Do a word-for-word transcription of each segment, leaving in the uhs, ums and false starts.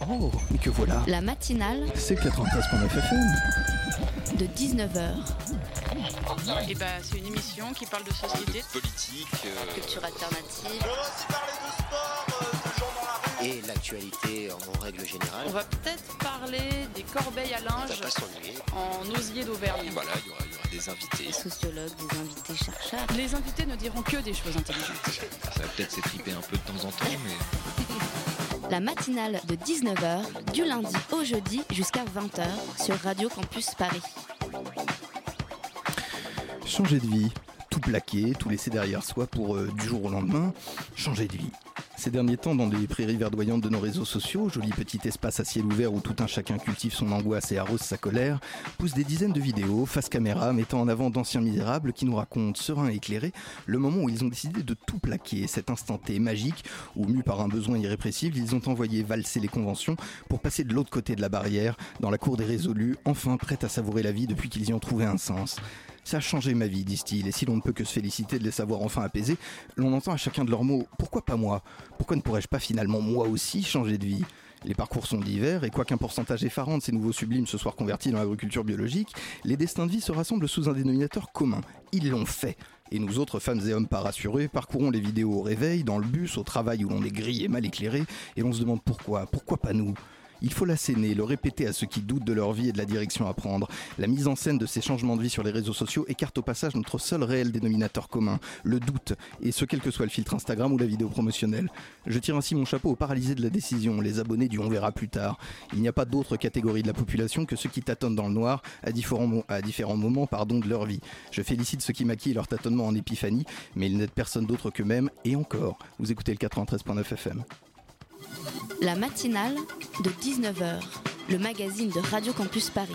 Oh, mais que voilà. La matinale, c'est quatre-vingt-treize virgule neuf F M. De dix-neuf heures. Et bah, c'est une émission qui parle de société, de politique, euh... culture alternative. On va aussi parler de sport, euh, de gens dans la rue. Et l'actualité en règle générale. On va peut-être parler des corbeilles à linge On va pas s'ennuyer. en osier d'Auvergne. Voilà, il y aura, il y aura des invités. Des sociologues, des invités chercheurs. Les invités ne diront que des choses intelligentes. Ça va peut-être s'étriper un peu de temps en temps, mais... La matinale de dix-neuf heures, du lundi au jeudi jusqu'à vingt heures sur Radio Campus Paris. Changer de vie, tout plaquer, tout laisser derrière soi pour euh, du jour au lendemain, changer de vie. Ces derniers temps, dans les prairies verdoyantes de nos réseaux sociaux, joli petit espace à ciel ouvert où tout un chacun cultive son angoisse et arrose sa colère, poussent des dizaines de vidéos, face caméra, mettant en avant d'anciens misérables qui nous racontent, sereins et éclairés, le moment où ils ont décidé de tout plaquer, cet instant T magique où, mus par un besoin irrépressible, ils ont envoyé valser les conventions pour passer de l'autre côté de la barrière, dans la cour des résolus, enfin prêts à savourer la vie depuis qu'ils y ont trouvé un sens. Ça a changé ma vie, disent-ils, et si l'on ne peut que se féliciter de les savoir enfin apaisés, l'on entend à chacun de leurs mots « Pourquoi pas moi ? Pourquoi ne pourrais-je pas finalement moi aussi changer de vie ?» Les parcours sont divers, et quoiqu'un pourcentage effarant de ces nouveaux sublimes se soit converti dans l'agriculture biologique, les destins de vie se rassemblent sous un dénominateur commun. Ils l'ont fait. Et nous autres, femmes et hommes pas rassurés, parcourons les vidéos au réveil, dans le bus, au travail où l'on est grillé et mal éclairé, et l'on se demande pourquoi, pourquoi pas nous ? Il faut l'asséner, le répéter à ceux qui doutent de leur vie et de la direction à prendre. La mise en scène de ces changements de vie sur les réseaux sociaux écarte au passage notre seul réel dénominateur commun, le doute, et ce quel que soit le filtre Instagram ou la vidéo promotionnelle. Je tire ainsi mon chapeau aux paralysés de la décision, les abonnés du on verra plus tard. Il n'y a pas d'autre catégorie de la population que ceux qui tâtonnent dans le noir à différents, à différents moments pardon, de leur vie. Je félicite ceux qui maquillent leur tâtonnement en épiphanie, mais ils n'êtes personne d'autre qu'eux-mêmes, et encore. Vous écoutez le quatre-vingt-treize virgule neuf F M. La matinale de dix-neuf heures, le magazine de Radio Campus Paris.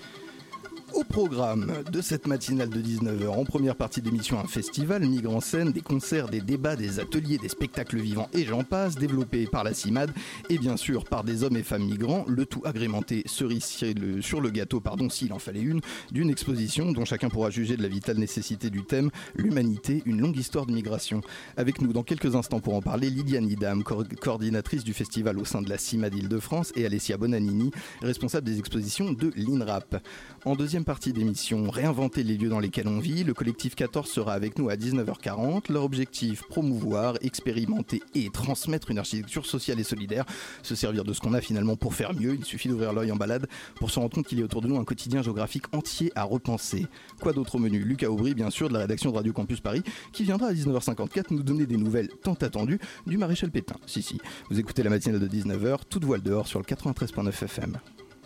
Au programme de cette matinale de dix-neuf heures, en première partie d'émission, un festival, Migrants en scène, des concerts, des débats, des ateliers, des spectacles vivants et j'en passe, développés par la CIMAD et bien sûr par des hommes et femmes migrants, le tout agrémenté cerise sur le gâteau, pardon, s'il en fallait une, d'une exposition dont chacun pourra juger de la vitale nécessité du thème, l'humanité, une longue histoire de migration. Avec nous dans quelques instants pour en parler, Lydiane Idam, co- coordinatrice du festival au sein de la CIMAD Île-de-France, et Alessia Bonanini, responsable des expositions de l'INRAP. En deuxième partie d'émission, réinventer les lieux dans lesquels on vit, le collectif quatorze sera avec nous à dix-neuf heures quarante. Leur objectif, promouvoir, expérimenter et transmettre une architecture sociale et solidaire, se servir de ce qu'on a finalement pour faire mieux. Il suffit d'ouvrir l'œil en balade pour se rendre compte qu'il y a autour de nous un quotidien géographique entier à repenser. Quoi d'autre au menu ? Lucas Aubry, bien sûr, de la rédaction de Radio Campus Paris, qui viendra à dix-neuf heures cinquante-quatre nous donner des nouvelles tant attendues du maréchal Pétain. Si, si, vous écoutez la matinale de dix-neuf heures, toute voile dehors sur le quatre-vingt-treize virgule neuf F M.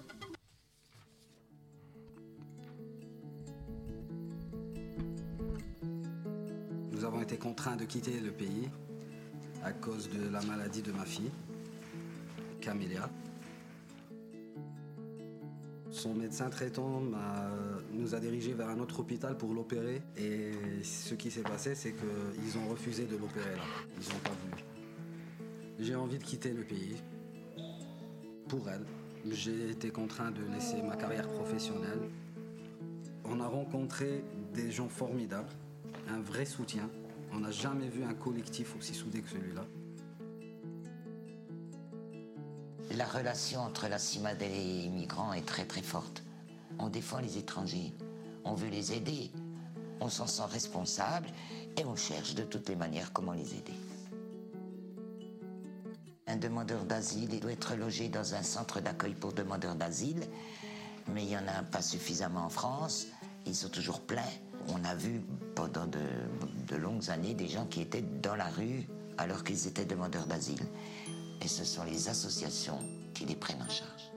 Nous avons été contraints de quitter le pays à cause de la maladie de ma fille, Camélia. Son médecin traitant m'a, nous a dirigés vers un autre hôpital pour l'opérer. Et ce qui s'est passé, c'est qu'ils ont refusé de l'opérer là. Ils n'ont pas voulu. J'ai envie de quitter le pays pour elle. J'ai été contraint de laisser ma carrière professionnelle. On a rencontré des gens formidables. Un vrai soutien. On n'a jamais vu un collectif aussi soudé que celui-là. La relation entre la CIMAD et les migrants est très très forte. On défend les étrangers, on veut les aider, on s'en sent responsable et on cherche de toutes les manières comment les aider. Un demandeur d'asile, il doit être logé dans un centre d'accueil pour demandeurs d'asile, mais il n'y en a pas suffisamment en France, ils sont toujours pleins. On a vu pendant de, de longues années des gens qui étaient dans la rue alors qu'ils étaient demandeurs d'asile. Et ce sont les associations qui les prennent en charge.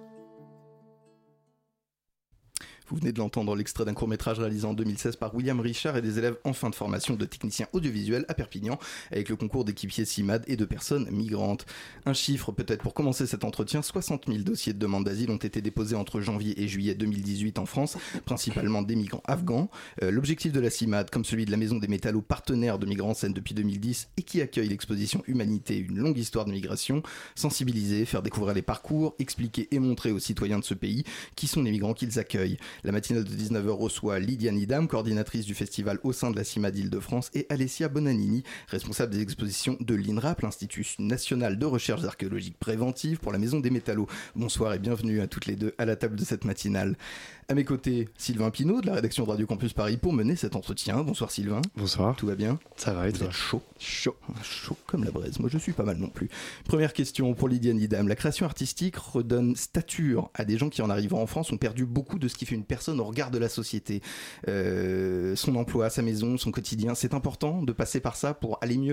Vous venez de l'entendre, l'extrait d'un court-métrage réalisé en deux mille seize par William Richard et des élèves en fin de formation de techniciens audiovisuels à Perpignan, avec le concours d'équipiers CIMAD et de personnes migrantes. Un chiffre peut-être pour commencer cet entretien, soixante mille dossiers de demande d'asile ont été déposés entre janvier et juillet deux mille dix-huit en France, principalement des migrants afghans. Euh, l'objectif de la CIMAD, comme celui de la Maison des Métallos, partenaire de Migrants en scène depuis deux mille dix et qui accueille l'exposition Humanité, une longue histoire de migration, sensibiliser, faire découvrir les parcours, expliquer et montrer aux citoyens de ce pays qui sont les migrants qu'ils accueillent. La matinale de dix-neuf heures reçoit Lydiane Idam, coordinatrice du festival au sein de la CIMAD Île-de-France, et Alessia Bonanini, responsable des expositions de l'INRAP, l'Institut national de recherche archéologique préventive pour la Maison des Métallos. Bonsoir et bienvenue à toutes les deux à la table de cette matinale. À mes côtés, Sylvain Pinault de la rédaction de Radio Campus Paris pour mener cet entretien. Bonsoir Sylvain. Bonsoir. Tout va bien ? Ça va et Vous toi ? êtes chaud. Chaud. Chaud comme la braise. Moi je suis pas mal non plus. Première question pour Lydiane Idam. La création artistique redonne stature à des gens qui en arrivant en France ont perdu beaucoup de ce qui fait une personne au regard de la société. Euh, son emploi, sa maison, son quotidien. C'est important de passer par ça pour aller mieux ?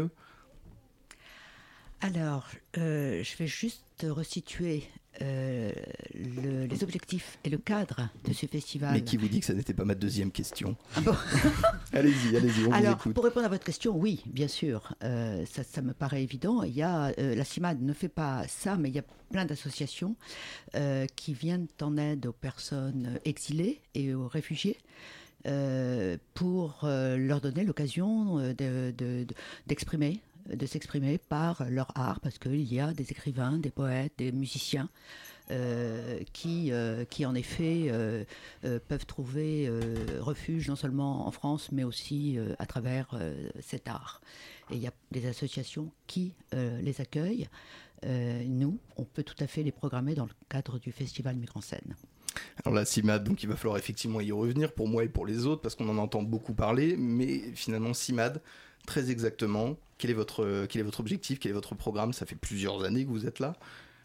Alors, euh, je vais juste resituer euh, le, les objectifs et le cadre de ce festival. Mais qui vous dit que ça n'était pas ma deuxième question ? Ah bon Allez-y, allez-y, on Alors, vous écoute. pour répondre à votre question, oui, bien sûr, euh, ça, ça me paraît évident. Il y a, euh, la CIMAD ne fait pas ça, mais il y a plein d'associations euh, qui viennent en aide aux personnes exilées et aux réfugiés. Euh, pour euh, leur donner l'occasion de, de, de, d'exprimer de s'exprimer par leur art, parce qu'il y a des écrivains, des poètes, des musiciens euh, qui, euh, qui en effet euh, euh, peuvent trouver euh, refuge non seulement en France, mais aussi euh, à travers euh, cet art. Et il y a des associations qui euh, les accueillent. Euh, nous, on peut tout à fait les programmer dans le cadre du festival Migre en Scène. Alors la CIMAD, donc il va falloir effectivement y revenir pour moi et pour les autres, parce qu'on en entend beaucoup parler, mais finalement CIMAD, très exactement, quel est votre, quel est votre objectif, quel est votre programme ? Ça fait plusieurs années que vous êtes là.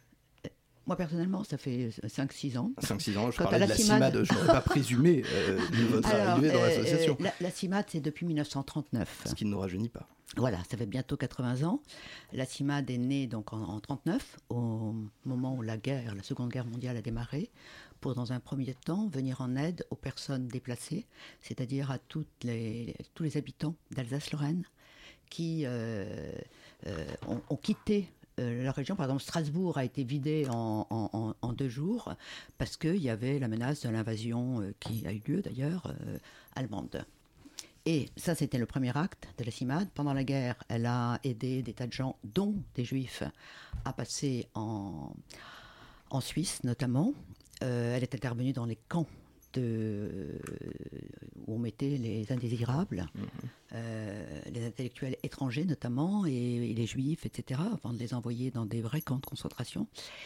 Moi personnellement, ça fait cinq six ans. cinq six ans, je Quant parlais à la de la CIMAD, CIMAD, je n'aurais pas présumé euh, de votre Alors, arrivée dans euh, l'association. euh, la, la CIMAD, c'est depuis dix-neuf cent trente-neuf. Ce qui ne nous rajeunit pas. Voilà, ça fait bientôt quatre-vingts ans. La CIMAD est née donc en, en trente-neuf, au moment où la guerre, la Seconde Guerre mondiale a démarré, pour dans un premier temps venir en aide aux personnes déplacées, c'est-à-dire à toutes les, tous les habitants d'Alsace-Lorraine qui euh, euh, ont, ont quitté euh, la région. Par exemple, Strasbourg a été vidée en, en, en deux jours parce qu'il y avait la menace de l'invasion euh, qui a eu lieu d'ailleurs, euh, allemande. Et ça, c'était le premier acte de la CIMAD. Pendant la guerre, elle a aidé des tas de gens, dont des juifs, à passer en, en Suisse notamment. Euh, elle est intervenue dans les camps de, où on mettait les indésirables, mmh. euh, les intellectuels étrangers notamment, et, et les juifs, et cetera, avant de les envoyer dans des vrais camps de concentration.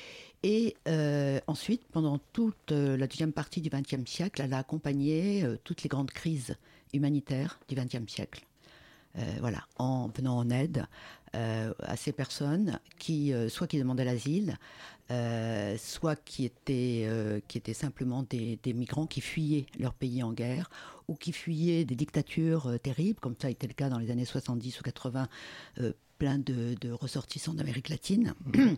Et euh, ensuite, pendant toute euh, la deuxième partie du vingtième siècle, elle a accompagné euh, toutes les grandes crises humanitaires du vingtième siècle. Euh, voilà, en venant en aide euh, à ces personnes qui, euh, soit qui demandaient l'asile, euh, soit qui étaient, euh, qui étaient simplement des, des migrants qui fuyaient leur pays en guerre, ou qui fuyaient des dictatures euh, terribles, comme ça a été le cas dans les années soixante-dix ou quatre-vingts, euh, plein de, de ressortissants d'Amérique latine.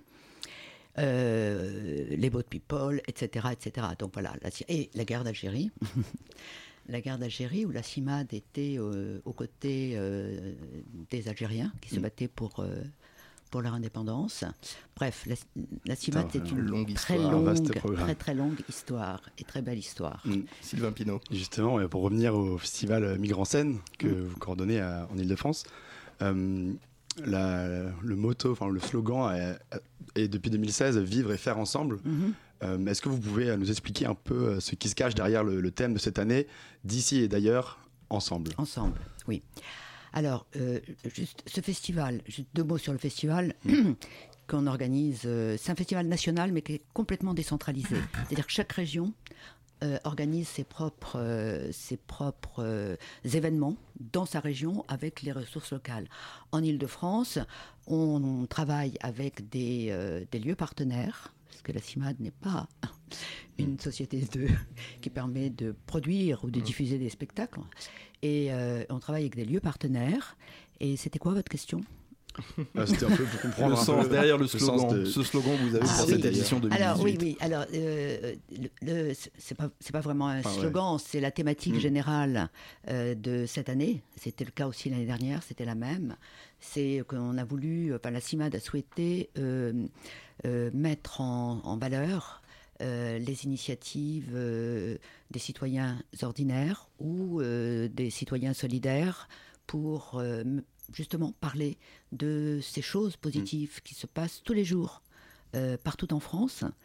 Euh, les boat people, et cetera, et cetera. Donc voilà, la, et la guerre d'Algérie, la guerre d'Algérie où la CIMAD était euh, aux côtés euh, des Algériens qui se battaient pour euh, pour leur indépendance. Bref, la, la CIMAD c'est une longue très histoire, longue, très très longue histoire et très belle histoire. Mmh. Sylvain Pinault. Justement, pour revenir au festival Migre en Scène que mmh. vous coordonnez à, en Île-de-France. Euh, La, le motto, enfin le slogan est, est depuis deux mille seize, vivre et faire ensemble. Mm-hmm. Euh, est-ce que vous pouvez nous expliquer un peu ce qui se cache derrière le, le thème de cette année, d'ici et d'ailleurs, ensemble ? Ensemble, oui. Alors, euh, juste ce festival, juste deux mots sur le festival qu'on organise. Euh, c'est un festival national, mais qui est complètement décentralisé. C'est-à-dire que chaque région Euh, organise ses propres, euh, ses propres euh, événements dans sa région avec les ressources locales. En Île-de-France, on, on travaille avec des, euh, des lieux partenaires, parce que la CIMAD n'est pas une société de, qui permet de produire ou de diffuser des spectacles. Et euh, on travaille avec des lieux partenaires. Et c'était quoi votre question ? Ah, c'était un peu pour comprendre le un sens peu derrière le le slogan, de... ce slogan que vous avez ah, pour oui. cette édition deux mille dix-huit. Alors oui, oui. Alors euh, le, le, c'est pas c'est pas vraiment un ah, slogan, ouais. C'est la thématique mmh. générale euh, de cette année. C'était le cas aussi l'année dernière, c'était la même. C'est qu'on a voulu, enfin la CIMAD a souhaité euh, euh, mettre en, en valeur euh, les initiatives euh, des citoyens ordinaires ou euh, des citoyens solidaires pour euh, justement parler de ces choses positives mmh. qui se passent tous les jours euh, partout en France.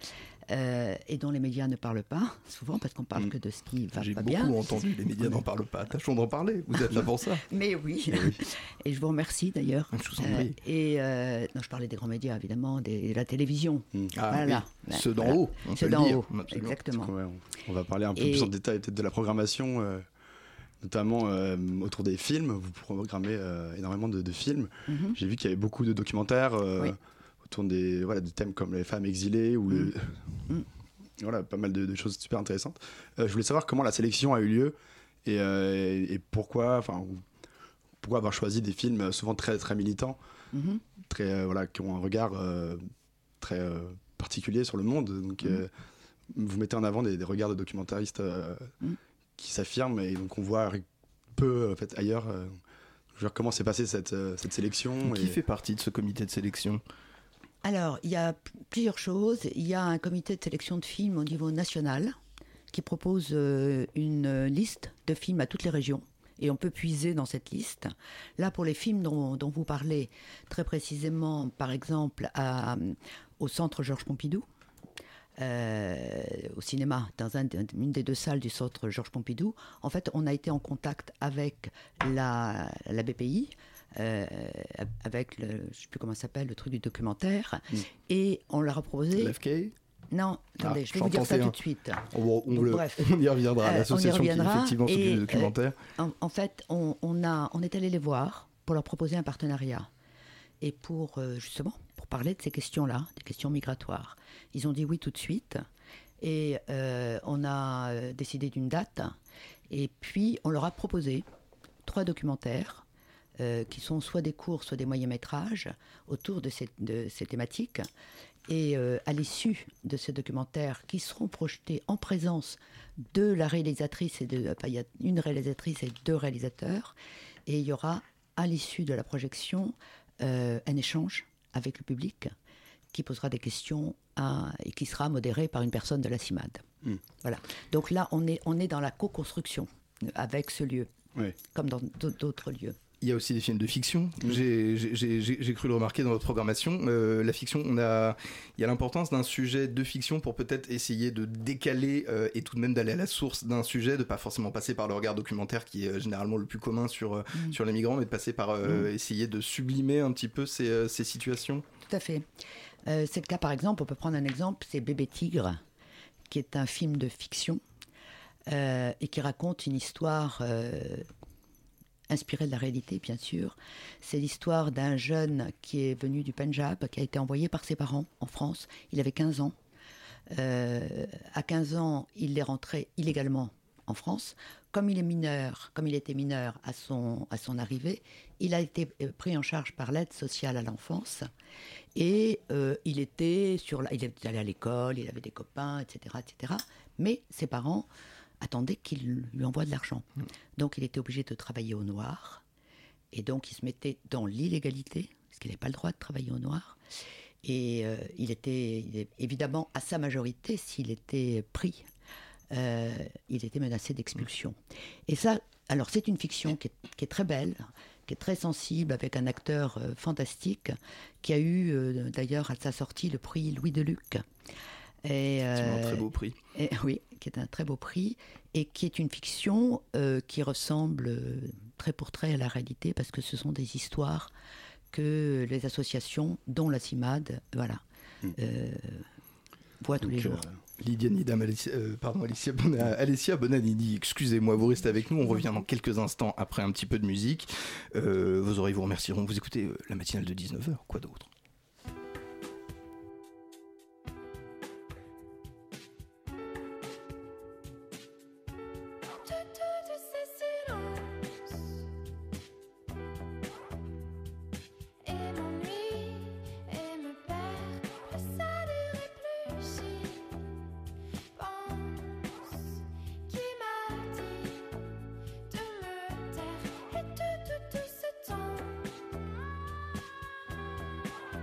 euh, et dont les médias ne parlent pas, souvent parce qu'on parle mmh. que de ce qui va J'ai pas bien. J'ai beaucoup entendu, les médias n'en parlent pas. Tâchons d'en parler, vous êtes là pour ça. Mais oui, et, oui. et je vous remercie d'ailleurs. Je vous en prie. Euh, et euh, non, je parlais des grands médias, évidemment, des, de la télévision. Mmh. Ah, voilà. Oui. Ceux d'en voilà. haut, on Ceux peut d'en le dire. haut, Absolument. Exactement. Ouais, on, on va parler un peu et... plus en détail peut-être de la programmation, euh, notamment euh, autour des films. Vous programmez euh, énormément de, de films. Mmh. J'ai vu qu'il y avait beaucoup de documentaires euh, oui. autour des, voilà, de thèmes comme les femmes exilées ou mmh. le... Mmh. Voilà, pas mal de, de choses super intéressantes. Euh, je voulais savoir comment la sélection a eu lieu et, euh, et, et pourquoi, enfin, pourquoi avoir choisi des films souvent très, très militants, mm-hmm. très, euh, voilà, qui ont un regard euh, très euh, particulier sur le monde. Donc, mm-hmm. euh, vous mettez en avant des, des regards de documentaristes euh, mm-hmm. qui s'affirment et donc on voit peu en fait, ailleurs. Euh, je veux dire, comment s'est passée cette, cette sélection. Qui et... fait partie de ce comité de sélection ? Alors, il y a p- plusieurs choses. Il y a un comité de sélection de films au niveau national qui propose euh, une liste de films à toutes les régions. Et on peut puiser dans cette liste. Là, pour les films dont, dont vous parlez, très précisément, par exemple, à, au Centre Georges Pompidou, euh, au cinéma, dans un, une des deux salles du Centre Georges Pompidou, en fait, on a été en contact avec la, la B P I, Euh, avec le, je ne sais plus comment ça s'appelle, le truc du documentaire, mmh. et on leur a proposé... L'F K ? Non, attendez, ah, je vais vous dire ça un. tout de suite. On, on, Donc, le, bref, on y reviendra, euh, l'association on y reviendra, qui effectivement s'occupe du documentaire. Euh, en, en fait, on, on, a, on est allé les voir pour leur proposer un partenariat, et pour, euh, justement, pour parler de ces questions-là, des questions migratoires. Ils ont dit oui tout de suite, et euh, on a décidé d'une date, et puis on leur a proposé trois documentaires, Euh, qui sont soit des courts, soit des moyens-métrages autour de ces, de ces thématiques. Et euh, à l'issue de ces documentaires qui seront projetés en présence de la réalisatrice, et de, enfin, il y a une réalisatrice et deux réalisateurs, et il y aura à l'issue de la projection euh, un échange avec le public qui posera des questions à, et qui sera modéré par une personne de la CIMAD. Mmh. Voilà. Donc là, on est, on est dans la co-construction avec ce lieu, oui. comme dans d'autres lieux. Il y a aussi des films de fiction. Mmh. J'ai, j'ai, j'ai, j'ai cru le remarquer dans votre programmation. Euh, la fiction, on a, il y a l'importance d'un sujet de fiction pour peut-être essayer de décaler euh, et tout de même d'aller à la source d'un sujet, de pas forcément passer par le regard documentaire qui est euh, généralement le plus commun sur, euh, mmh. sur les migrants, mais de passer par euh, mmh. essayer de sublimer un petit peu ces, euh, ces situations. Tout à fait. Euh, c'est le cas, par exemple, on peut prendre un exemple, c'est Bébé Tigre, qui est un film de fiction euh, et qui raconte une histoire... Euh, inspiré de la réalité, bien sûr. C'est l'histoire d'un jeune qui est venu du Pendjab, qui a été envoyé par ses parents en France. Il avait quinze ans. Euh, à quinze ans, il est rentré illégalement en France. Comme il est mineur, comme il était mineur à son, à son arrivée, il a été pris en charge par l'aide sociale à l'enfance. Et euh, il était sur la, il est allé à l'école, il avait des copains, et cetera, et cetera. Mais ses parents attendait qu'il lui envoie de l'argent. Mmh. Donc il était obligé de travailler au noir. Et donc il se mettait dans l'illégalité, parce qu'il n'avait pas le droit de travailler au noir. Et euh, il était il, évidemment, à sa majorité, s'il était pris, euh, il était menacé d'expulsion. Et ça, alors c'est une fiction qui est, qui est très belle, qui est très sensible, avec un acteur euh, fantastique, qui a eu euh, d'ailleurs à sa sortie le prix Louis Deluc. Et, euh, c'est un très beau prix. Et, oui, qui est un très beau prix et qui est une fiction euh, qui ressemble euh, trait pour trait à la réalité parce que ce sont des histoires que les associations, dont la CIMAD, voilà, mmh. euh, voient tous Donc, les jours. Euh, Lydia Nidam, Alicia, euh, pardon, Alicia, Bon- Alessia Bonanini, excusez-moi, vous restez avec nous, on revient dans quelques instants après un petit peu de musique. Euh, vos oreilles vous remercieront, vous écoutez euh, la matinale de dix-neuf heures, quoi d'autre ? Tout, tout, tout ce temps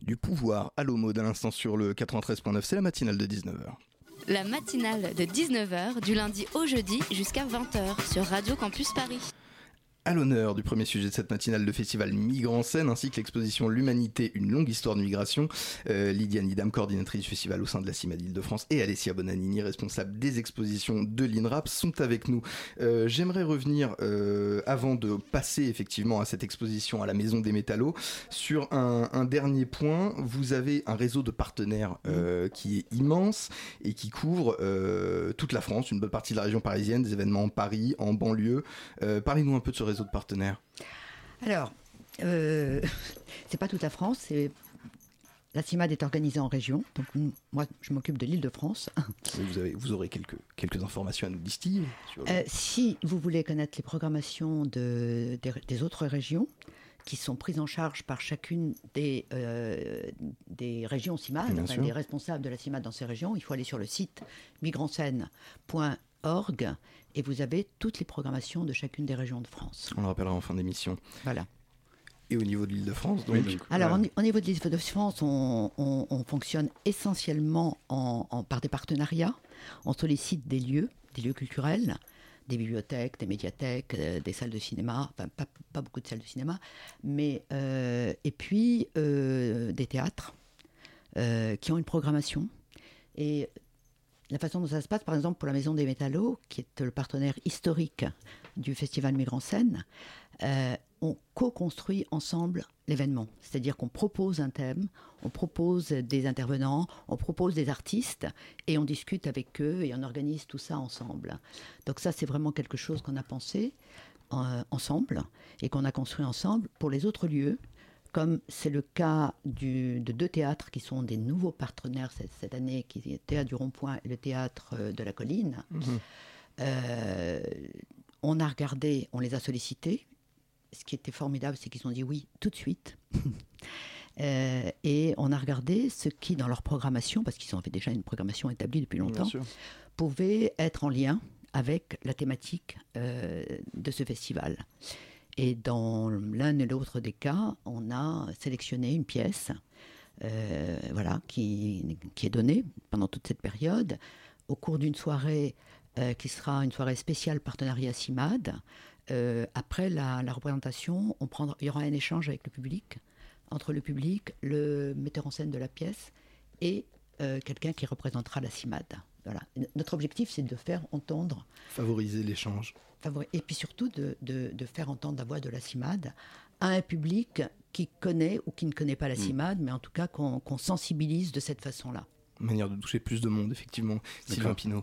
du pouvoir à l'homo à l'instant sur le quatre-vingt-treize neuf. C'est la matinale de dix-neuf heures. La matinale de dix-neuf heures du lundi au jeudi jusqu'à vingt heures sur Radio Campus Paris. À l'honneur du premier sujet de cette matinale, le festival Migrants en scène ainsi que l'exposition L'Humanité, une longue histoire de migration. Euh, Lydia Nidam, coordinatrice du festival au sein de la CIMAD Île-de-France, et Alessia Bonanini, responsable des expositions de l'INRAP, sont avec nous. Euh, j'aimerais revenir, euh, avant de passer effectivement à cette exposition à la Maison des Métallos, sur un, un dernier point. Vous avez un réseau de partenaires euh, qui est immense et qui couvre euh, toute la France, une bonne partie de la région parisienne, des événements en Paris, en banlieue. Euh, parlez-nous un peu de ce réseau de partenaires. Alors, euh, c'est pas toute la France, c'est... La CIMAD est organisée en région, donc moi je m'occupe de l'Île-de-France. Oui, vous, avez, vous aurez quelques, quelques informations à nous distiller. Sur le... euh, si vous voulez connaître les programmations de, des, des autres régions, qui sont prises en charge par chacune des, euh, des régions CIMAD, enfin, des responsables de la CIMAD dans ces régions, il faut aller sur le site migrantscène point org et vous avez toutes les programmations de chacune des régions de France. On le rappellera en fin d'émission. Voilà. Et au niveau de l'Île-de-France donc... oui, Alors, voilà. au, au niveau de l'Île-de-France, on, on, on fonctionne essentiellement en, en, par des partenariats. On sollicite des lieux, des lieux culturels, des bibliothèques, des médiathèques, euh, des salles de cinéma, enfin pas, pas beaucoup de salles de cinéma, mais euh, et puis euh, des théâtres euh, qui ont une programmation. Et la façon dont ça se passe, par exemple pour la Maison des Métallos, qui est le partenaire historique du Festival Migrants en scène, euh, on co-construit ensemble l'événement. C'est-à-dire qu'on propose un thème, on propose des intervenants, on propose des artistes et on discute avec eux et on organise tout ça ensemble. Donc ça, c'est vraiment quelque chose qu'on a pensé euh, ensemble et qu'on a construit ensemble pour les autres lieux, comme c'est le cas du, de deux théâtres qui sont des nouveaux partenaires cette, cette année, qui est le Théâtre du Rond-Point et le Théâtre de la Colline. Mmh. Euh, on a regardé, on les a sollicités. Ce qui était formidable, c'est qu'ils ont dit oui tout de suite. euh, et on a regardé ce qui, dans leur programmation, parce qu'ils avaient déjà une programmation établie depuis longtemps, pouvait être en lien avec la thématique euh, de ce festival. Et dans l'un et l'autre des cas, on a sélectionné une pièce euh, voilà, qui, qui est donnée pendant toute cette période, au cours d'une soirée euh, qui sera une soirée spéciale partenariat CIMAD. Euh, après la, la représentation, on prendra, il y aura un échange avec le public, entre le public, le metteur en scène de la pièce et euh, quelqu'un qui représentera la CIMAD. Voilà. Notre objectif, c'est de faire entendre... Favoriser l'échange. Favori- et puis surtout de, de, de faire entendre la voix de la CIMAD à un public qui connaît ou qui ne connaît pas la CIMAD, mmh. mais en tout cas qu'on, qu'on sensibilise de cette façon-là. Manière de toucher plus de monde, effectivement. Sylvain Pinault.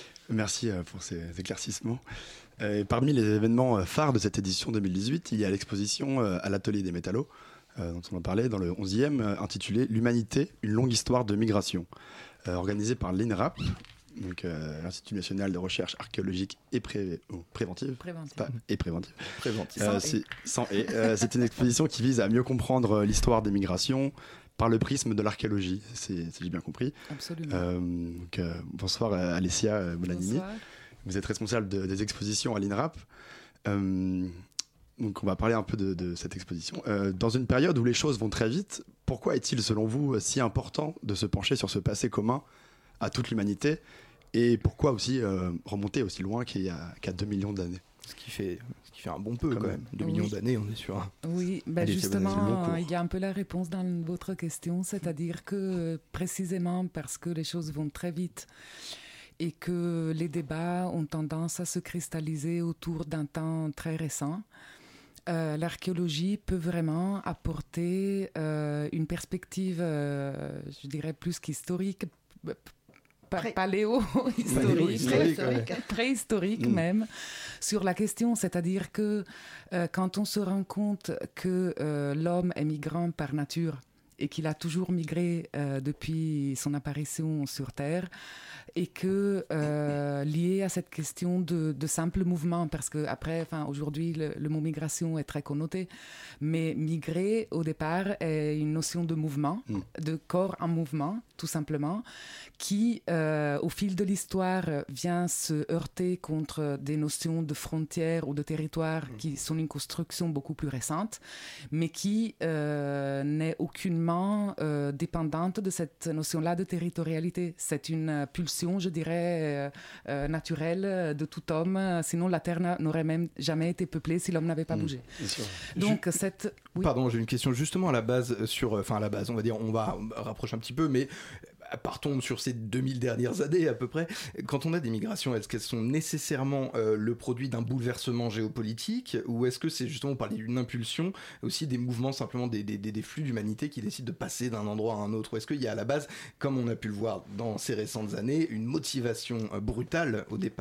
Merci pour ces éclaircissements. Et parmi les événements phares de cette édition deux mille dix-huit, il y a l'exposition à l'Atelier des Métallos, euh, dont on en parlait dans le onzième, intitulée « L'Humanité, une longue histoire de migration euh, », organisée par l'INRAP, donc euh, l'Institut national de recherche archéologique et pré- oh, préventive. Préventive. Pas, et préventive. Préventive. Euh, sans c'est, sans et. Euh, c'est une exposition qui vise à mieux comprendre l'histoire des migrations par le prisme de l'archéologie, c'est, si j'ai bien compris. Absolument. Euh, donc, euh, bonsoir Alessia Bonanini. Bonsoir. Vous êtes responsable de, des expositions à l'INRAP. Euh, donc on va parler un peu de, de cette exposition. Euh, dans une période où les choses vont très vite, pourquoi est-il selon vous si important de se pencher sur ce passé commun à toute l'humanité et pourquoi aussi euh, remonter aussi loin qu'il y a, qu'il y a deux millions d'années? Ce qui fait, ce qui fait un bon peu quand, quand même. deux oui. millions d'années, on est sur un... Oui, ben justement, il y a un peu la réponse dans votre question, c'est-à-dire que précisément parce que les choses vont très vite et que les débats ont tendance à se cristalliser autour d'un temps très récent, euh, l'archéologie peut vraiment apporter euh, une perspective, euh, je dirais, plus qu'historique, Pa- Pré- paléo-historique, préhistorique, préhistorique mmh. même, sur la question, c'est-à-dire que euh, quand on se rend compte que euh, l'homme est migrant par nature et qu'il a toujours migré euh, depuis son apparition sur Terre, et que euh, lié à cette question de, de simple mouvement, parce que après, enfin, aujourd'hui, le, le mot migration est très connoté, mais migrer, au départ, est une notion de mouvement, mmh. de corps en mouvement, tout simplement, qui, euh, au fil de l'histoire, vient se heurter contre des notions de frontières ou de territoire mmh. qui sont une construction beaucoup plus récente, mais qui euh, n'est aucunement euh, dépendante de cette notion-là de territorialité. C'est une pulsion, je dirais, euh, euh, naturelle de tout homme. Sinon, la Terre n'aurait même jamais été peuplée si l'homme n'avait pas mmh, bougé. Donc, je... cette... Oui. Pardon, j'ai une question justement à la base sur... Enfin, à la base, on va dire, on va rapprocher un petit peu, mais... Partons sur ces deux mille dernières années à peu près. Quand on a des migrations, est-ce qu'elles sont nécessairement euh, le produit d'un bouleversement géopolitique, ou est-ce que c'est justement, on parlait d'une impulsion, aussi des mouvements, simplement des, des, des flux d'humanité qui décident de passer d'un endroit à un autre, ou est-ce qu'il y a à la base, comme on a pu le voir dans ces récentes années, une motivation euh, brutale au départ ?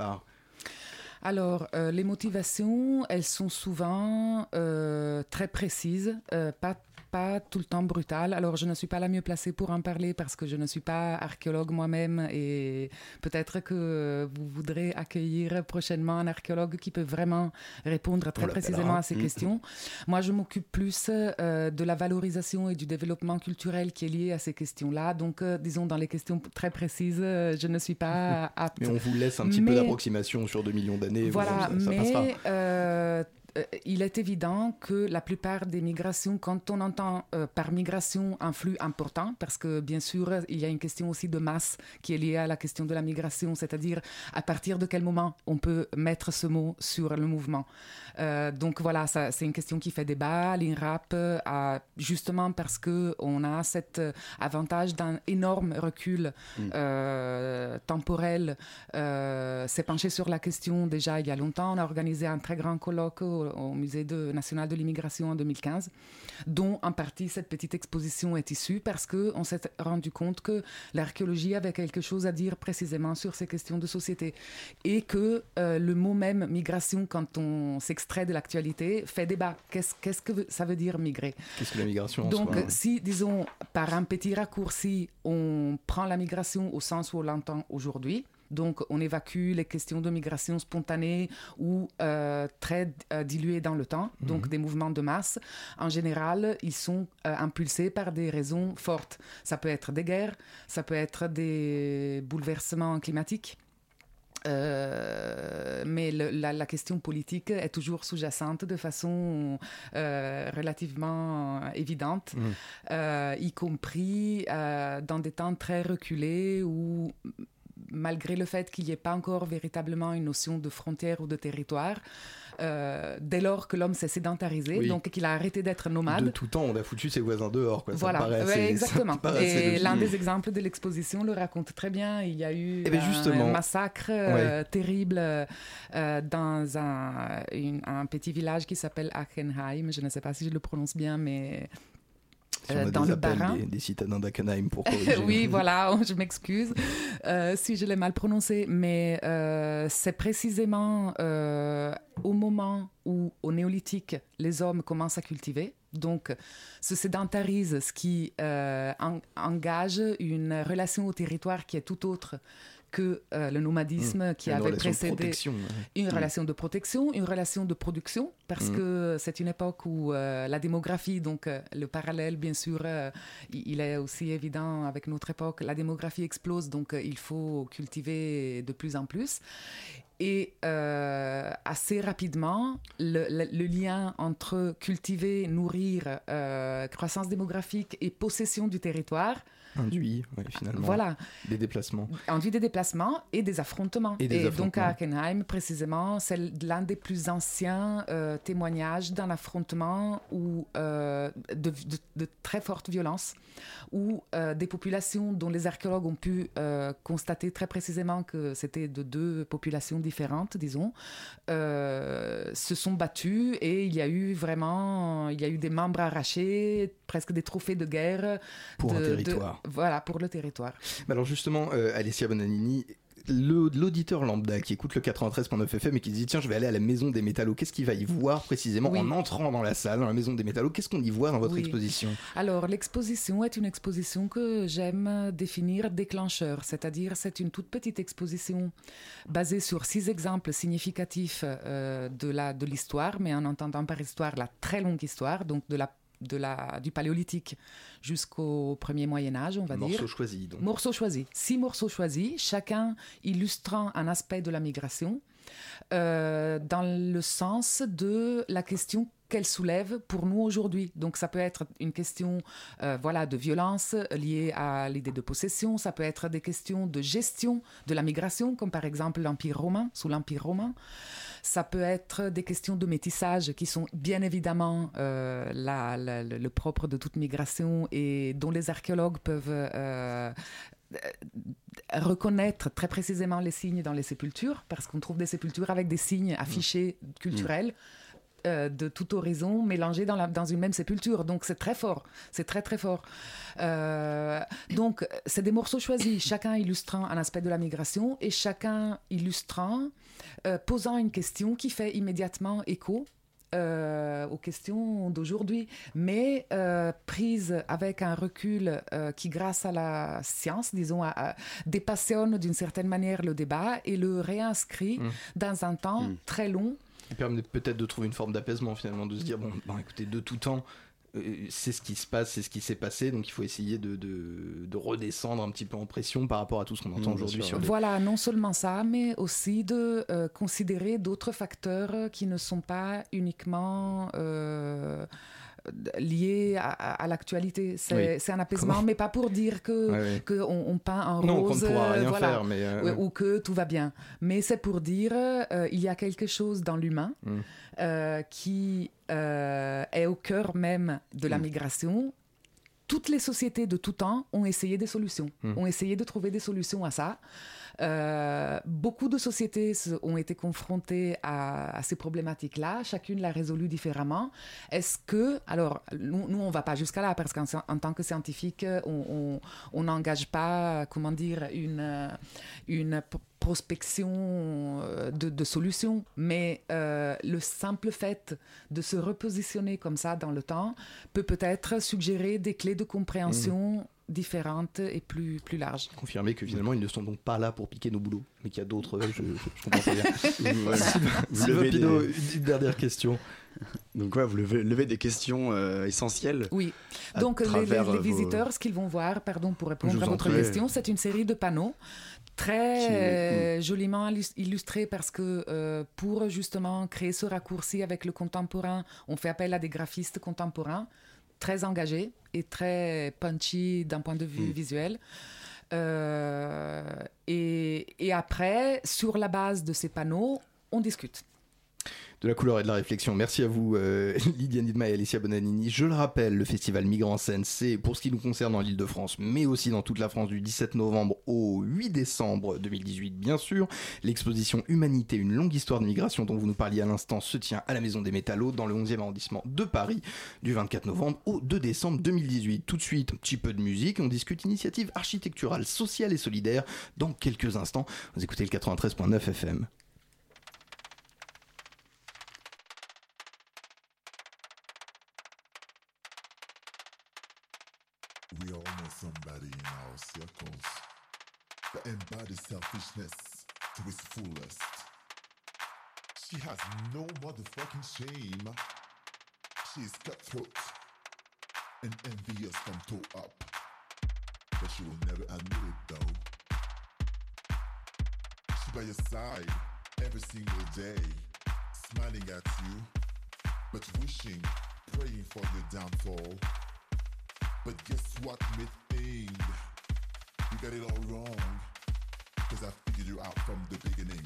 Alors, euh, les motivations, elles sont souvent euh, très précises, euh, pas pas tout le temps brutal. Alors, je ne suis pas la mieux placée pour en parler parce que je ne suis pas archéologue moi-même et peut-être que vous voudrez accueillir prochainement un archéologue qui peut vraiment répondre très précisément à ces mmh. questions. Moi, je m'occupe plus euh, de la valorisation et du développement culturel qui est lié à ces questions-là. Donc, euh, disons, dans les questions très précises, euh, je ne suis pas apte. Mais on vous laisse un petit mais, peu d'approximation sur deux millions d'années. Voilà, vous, ça, ça mais... passera. Euh, il est évident que la plupart des migrations, quand on entend euh, par migration un flux important, parce que bien sûr, il y a une question aussi de masse qui est liée à la question de la migration, c'est-à-dire à partir de quel moment on peut mettre ce mot sur le mouvement. Euh, donc voilà, ça, c'est une question qui fait débat. L'INRAP, euh, justement parce qu'on a cet avantage d'un énorme recul mmh. euh, temporel, euh, s'est penché sur la question déjà il y a longtemps. On a organisé un très grand colloque au, au Musée de, national de l'immigration en deux mille quinze, dont en partie cette petite exposition est issue parce qu'on s'est rendu compte que l'archéologie avait quelque chose à dire précisément sur ces questions de société et que euh, le mot même migration, quand on s'extrait de l'actualité, fait débat. Qu'est-ce, qu'est-ce que ça veut dire migrer ? Qu'est-ce que la migration en Donc, soi, si, disons, par un petit raccourci, on prend la migration au sens où on l'entend aujourd'hui, donc on évacue les questions de migration spontanée ou euh, très euh, diluées dans le temps, mmh. donc des mouvements de masse. En général, ils sont euh, impulsés par des raisons fortes. Ça peut être des guerres, ça peut être des bouleversements climatiques. Euh, mais le, la, la question politique est toujours sous-jacente de façon euh, relativement évidente, mmh. euh, y compris euh, dans des temps très reculés où, malgré le fait qu'il n'y ait pas encore véritablement une notion de frontière ou de territoire, Euh, dès lors que l'homme s'est sédentarisé, oui. donc qu'il a arrêté d'être nomade. De tout temps, on a foutu ses voisins dehors. Quoi. Voilà, ça paraît assez, ouais, exactement. Ça et l'un des exemples de l'exposition le raconte très bien. Il y a eu eh un, un massacre euh, ouais. terrible euh, dans un, une, un petit village qui s'appelle Achenheim. Je ne sais pas si je le prononce bien, mais... Si on a dans des le appels Bas-Rhin. Des, des citadins d'Achenheim pour corriger. Oui, voilà, je m'excuse euh, si je l'ai mal prononcé, mais euh, c'est précisément euh, au moment où, au néolithique, les hommes commencent à cultiver, donc se sédentarisent, ce qui euh, en, engage une relation au territoire qui est tout autre que euh, le nomadisme mmh. qui une avait précédé ouais. une mmh. relation de protection, une relation de production, parce mmh. que c'est une époque où euh, la démographie, donc euh, le parallèle bien sûr, euh, il est aussi évident avec notre époque, la démographie explose, donc euh, il faut cultiver de plus en plus. Et euh, assez rapidement, le, le, le lien entre cultiver, nourrir, euh, croissance démographique et possession du territoire induit, ouais, finalement, voilà. des déplacements. Induit des déplacements et des affrontements. Et, des et affrontements. donc à Achenheim, précisément, c'est l'un des plus anciens euh, témoignages d'un affrontement où, euh, de, de, de très forte violence, où euh, des populations dont les archéologues ont pu euh, constater très précisément que c'était de deux populations différentes, disons, euh, se sont battues et il y a eu vraiment, il y a eu des membres arrachés, presque des trophées de guerre. Pour de, un territoire. De, voilà, pour le territoire. Alors justement, euh, Alessia Bonanini, le, l'auditeur lambda qui écoute le quatre-vingt-treize point neuf F M et qui se dit tiens, je vais aller à la Maison des Métallos, qu'est-ce qu'il va y voir précisément oui. en entrant dans la salle, dans la Maison des Métallos? Qu'est-ce qu'on y voit dans votre oui. exposition? Alors l'exposition est une exposition que j'aime définir déclencheur, c'est-à-dire c'est une toute petite exposition basée sur six exemples significatifs euh, de, la, de l'histoire, mais en entendant par histoire la très longue histoire, donc de la De la, du paléolithique jusqu'au premier Moyen-Âge, on va morceaux dire. Morceaux choisis, donc. Morceaux choisis. Six morceaux choisis, chacun illustrant un aspect de la migration, euh, dans le sens de la question qu'elle soulève pour nous aujourd'hui. Donc ça peut être une question euh, voilà, de violence liée à l'idée de possession, ça peut être des questions de gestion de la migration, comme par exemple l'Empire romain, sous l'Empire romain. Ça peut être des questions de métissage qui sont bien évidemment euh, la, la, le propre de toute migration et dont les archéologues peuvent euh, reconnaître très précisément les signes dans les sépultures, parce qu'on trouve des sépultures avec des signes affichés mmh. culturels. Mmh. De tout horizon mélangés dans, la, dans une même sépulture. Donc c'est très fort, c'est très très fort. Euh, donc c'est des morceaux choisis, chacun illustrant un aspect de la migration et chacun illustrant, euh, posant une question qui fait immédiatement écho Euh, aux questions d'aujourd'hui, mais euh, prise avec un recul euh, qui, grâce à la science, disons, a, a, dépassionne d'une certaine manière le débat et le réinscrit mmh. dans un temps mmh. très long. Il permet peut-être de trouver une forme d'apaisement, finalement, de se dire, bon, ben, écoutez, de tout temps, euh, c'est ce qui se passe, c'est ce qui s'est passé, donc il faut essayer de, de, de redescendre un petit peu en pression par rapport à tout ce qu'on entend mmh, aujourd'hui. Sur les... Voilà, non seulement ça, mais aussi de euh, considérer d'autres facteurs qui ne sont pas uniquement... Euh, lié à, à l'actualité. C'est, oui. c'est un apaisement, Comment? mais pas pour dire que, ouais, ouais. que on, on peint en non, rose qu'on ne pourra rien voilà, faire, mais euh, ou, ou que tout va bien. Mais c'est pour dire euh, il y a quelque chose dans l'humain mm. euh, qui euh, est au cœur même de la mm. migration. Toutes les sociétés de tout temps ont essayé des solutions, mm. ont essayé de trouver des solutions à ça. Euh, beaucoup de sociétés ont été confrontées à, à ces problématiques-là. Chacune l'a résolu différemment. Est-ce que... Alors, nous, nous on ne va pas jusqu'à là, parce qu'en en tant que scientifique, on n'engage pas, comment dire, une... une prospection de, de solutions, mais euh, le simple fait de se repositionner comme ça dans le temps peut peut-être suggérer des clés de compréhension mmh. différentes et plus, plus larges. Confirmer que finalement ils ne sont donc pas là pour piquer nos boulots, mais qu'il y a d'autres... je, je, je comprends pas bien. Voilà. Sylvain Pinault, des... une dernière question. Donc ouais, vous levez, levez des questions euh, essentielles. Oui. Donc les, les, les vos... visiteurs, ce qu'ils vont voir, pardon pour répondre à votre question, c'est une série de panneaux très euh, joliment illustré parce que euh, pour justement créer ce raccourci avec le contemporain, on fait appel à des graphistes contemporains très engagés et très punchy d'un point de vue mmh. visuel. Euh, et, et après, sur la base de ces panneaux, on discute. De la couleur et de la réflexion. Merci à vous, euh, Lydia Nidma et Alicia Bonanini. Je le rappelle, le festival Migrants en scène, c'est pour ce qui nous concerne dans l'Île-de-France, mais aussi dans toute la France, du dix-sept novembre au huit décembre deux mille dix-huit, bien sûr. L'exposition Humanité, une longue histoire de migration dont vous nous parliez à l'instant, se tient à la Maison des Métallos, dans le onzième arrondissement de Paris, du vingt-quatre novembre au deux décembre deux mille dix-huit. Tout de suite, un petit peu de musique. On discute initiative architecturale, sociale et solidaire dans quelques instants. Vous écoutez le quatre-vingt-treize virgule neuf F M. We all know somebody in our circles that embodies selfishness to its fullest. She has no motherfucking shame. She is cutthroat and envious from toe up. But she will never admit it though. She's by your side every single day, smiling at you, but wishing, praying for your downfall. But guess what, mid-thing? You got it all wrong, cause I figured you out from the beginning.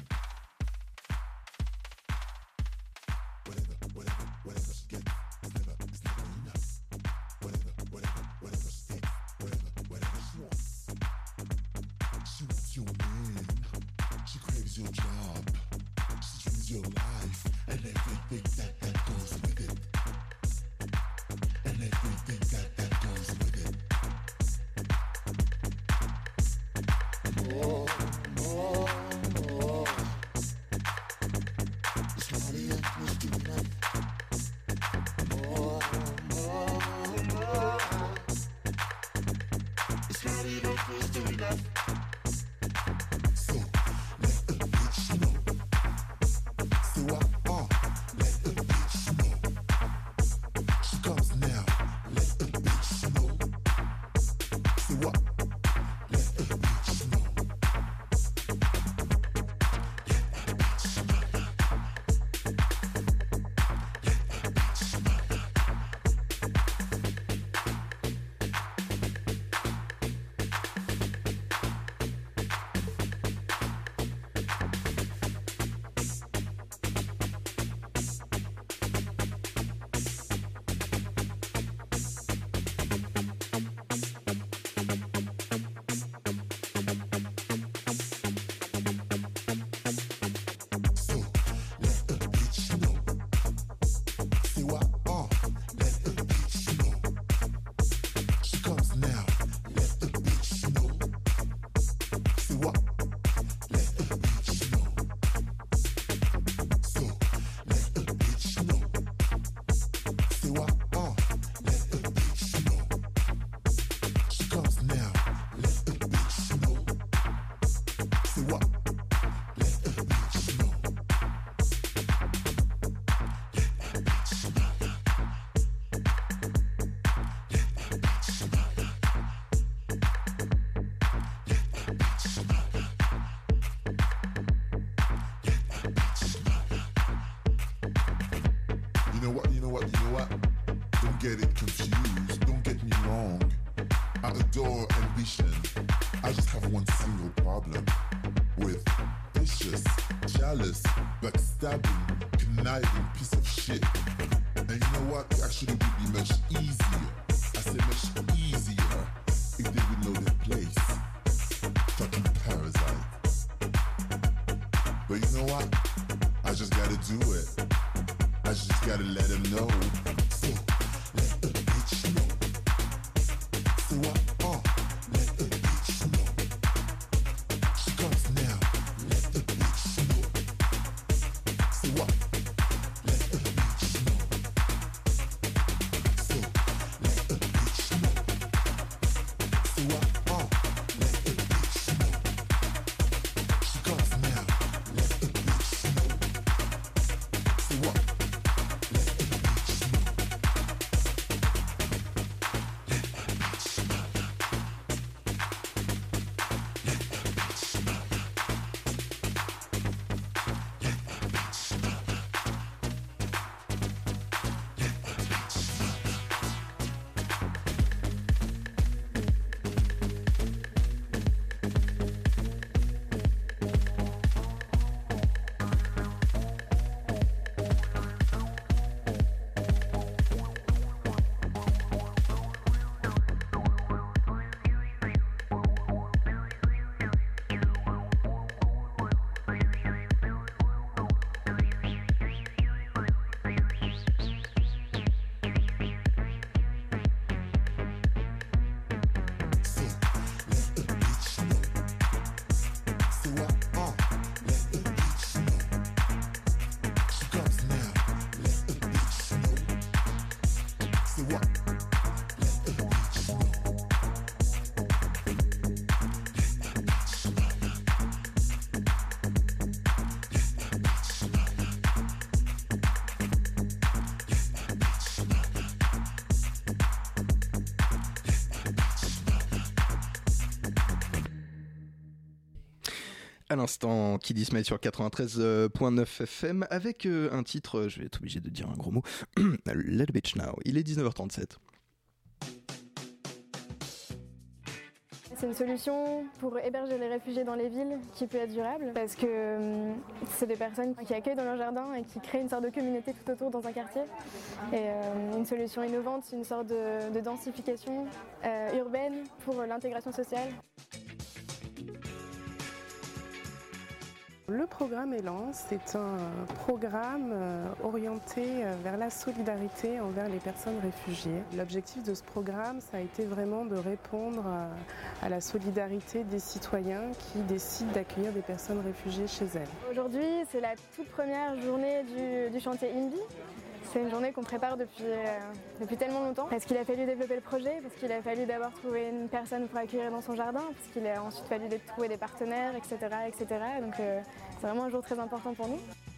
Whatever, whatever, whatever she gets, it's never, it's never enough. Whatever, whatever, whatever she takes, whatever, whatever she wants. She wants your man, she craves your job, she dreams your life, and everything that, that goes with it. And everything that, that goes with it. Oh, oh, oh. It's not yet was doing that. Oh, oh, oh. It's not yet was doing that. So, let the bitch know. So I are, let the bitch know. She comes now. Let the bitch know. So what? Let the bitch know. Let the bitch know. Let the bitch know. you know what? Don't get it confused, don't get me wrong. I adore ambition. I just have one single problem with vicious, jealous, backstabbing, conniving piece of shit. And you know what? It actually would be much easier. I say much easier if they would know their place. Fucking parasites. But you know what? I just gotta do it. I just gotta let them know. So let the bitch know. So what? Oh, let the bitch know. She comes now. Let the bitch know. So what? Let the bitch know. So let the bitch know. So what? Oh, let the bitch know. She comes now. Let the bitch know. So what? Let the bitch know. Let the bitch know. Let the bitch know. Let the bitch know. Let the bitch know. So let the bitch know. So what? Oh, let the bitch know. She comes now. Let the bitch know. So what? Let the bitch know. Let the bitch know. Let the bitch know. Let the bitch know. À l'instant, Kid Ismail sur quatre-vingt-treize virgule neuf F M avec euh, un titre, euh, je vais être obligé de dire un gros mot, Let the Bitch Now. Il est dix-neuf heures trente-sept. C'est une solution pour héberger les réfugiés dans les villes qui peut être durable parce que euh, c'est des personnes qui accueillent dans leur jardin et qui créent une sorte de communauté tout autour dans un quartier. Et euh, une solution innovante, une sorte de, de densification euh, urbaine pour l'intégration sociale. Le programme Élan, c'est un programme euh, orienté euh, vers la solidarité envers les personnes réfugiées. L'objectif de ce programme, ça a été vraiment de répondre à, à la solidarité des citoyens qui décident d'accueillir des personnes réfugiées chez elles. Aujourd'hui, c'est la toute première journée du, du chantier I N B I. C'est une journée qu'on prépare depuis, euh, depuis tellement longtemps parce qu'il a fallu développer le projet, parce qu'il a fallu d'abord trouver une personne pour accueillir dans son jardin, parce qu'il a ensuite fallu trouver des partenaires, et cetera et cetera. Donc euh, c'est vraiment un jour très important pour nous.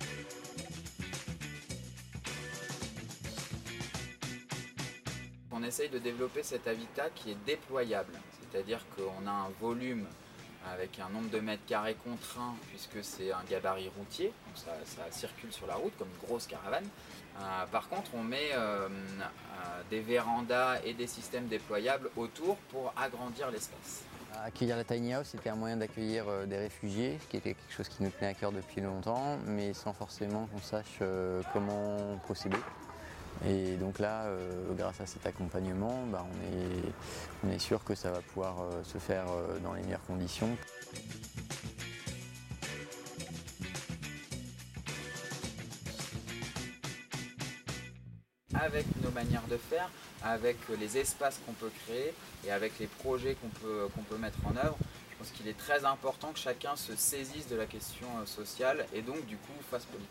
On essaye de développer cet habitat qui est déployable, c'est-à-dire qu'on a un volume avec un nombre de mètres carrés contraint puisque c'est un gabarit routier, donc ça, ça circule sur la route comme une grosse caravane. Euh, par contre, on met euh, euh, des vérandas et des systèmes déployables autour pour agrandir l'espace. Accueillir la tiny house, c'était un moyen d'accueillir euh, des réfugiés, ce qui était quelque chose qui nous tenait à cœur depuis longtemps, mais sans forcément qu'on sache euh, comment procéder. Et donc là, euh, grâce à cet accompagnement, bah, on, est, on est sûr que ça va pouvoir euh, se faire euh, dans les meilleures conditions. Avec nos manières de faire, avec les espaces qu'on peut créer et avec les projets qu'on peut, qu'on peut mettre en œuvre, je pense qu'il est très important que chacun se saisisse de la question sociale et donc du coup fasse politique.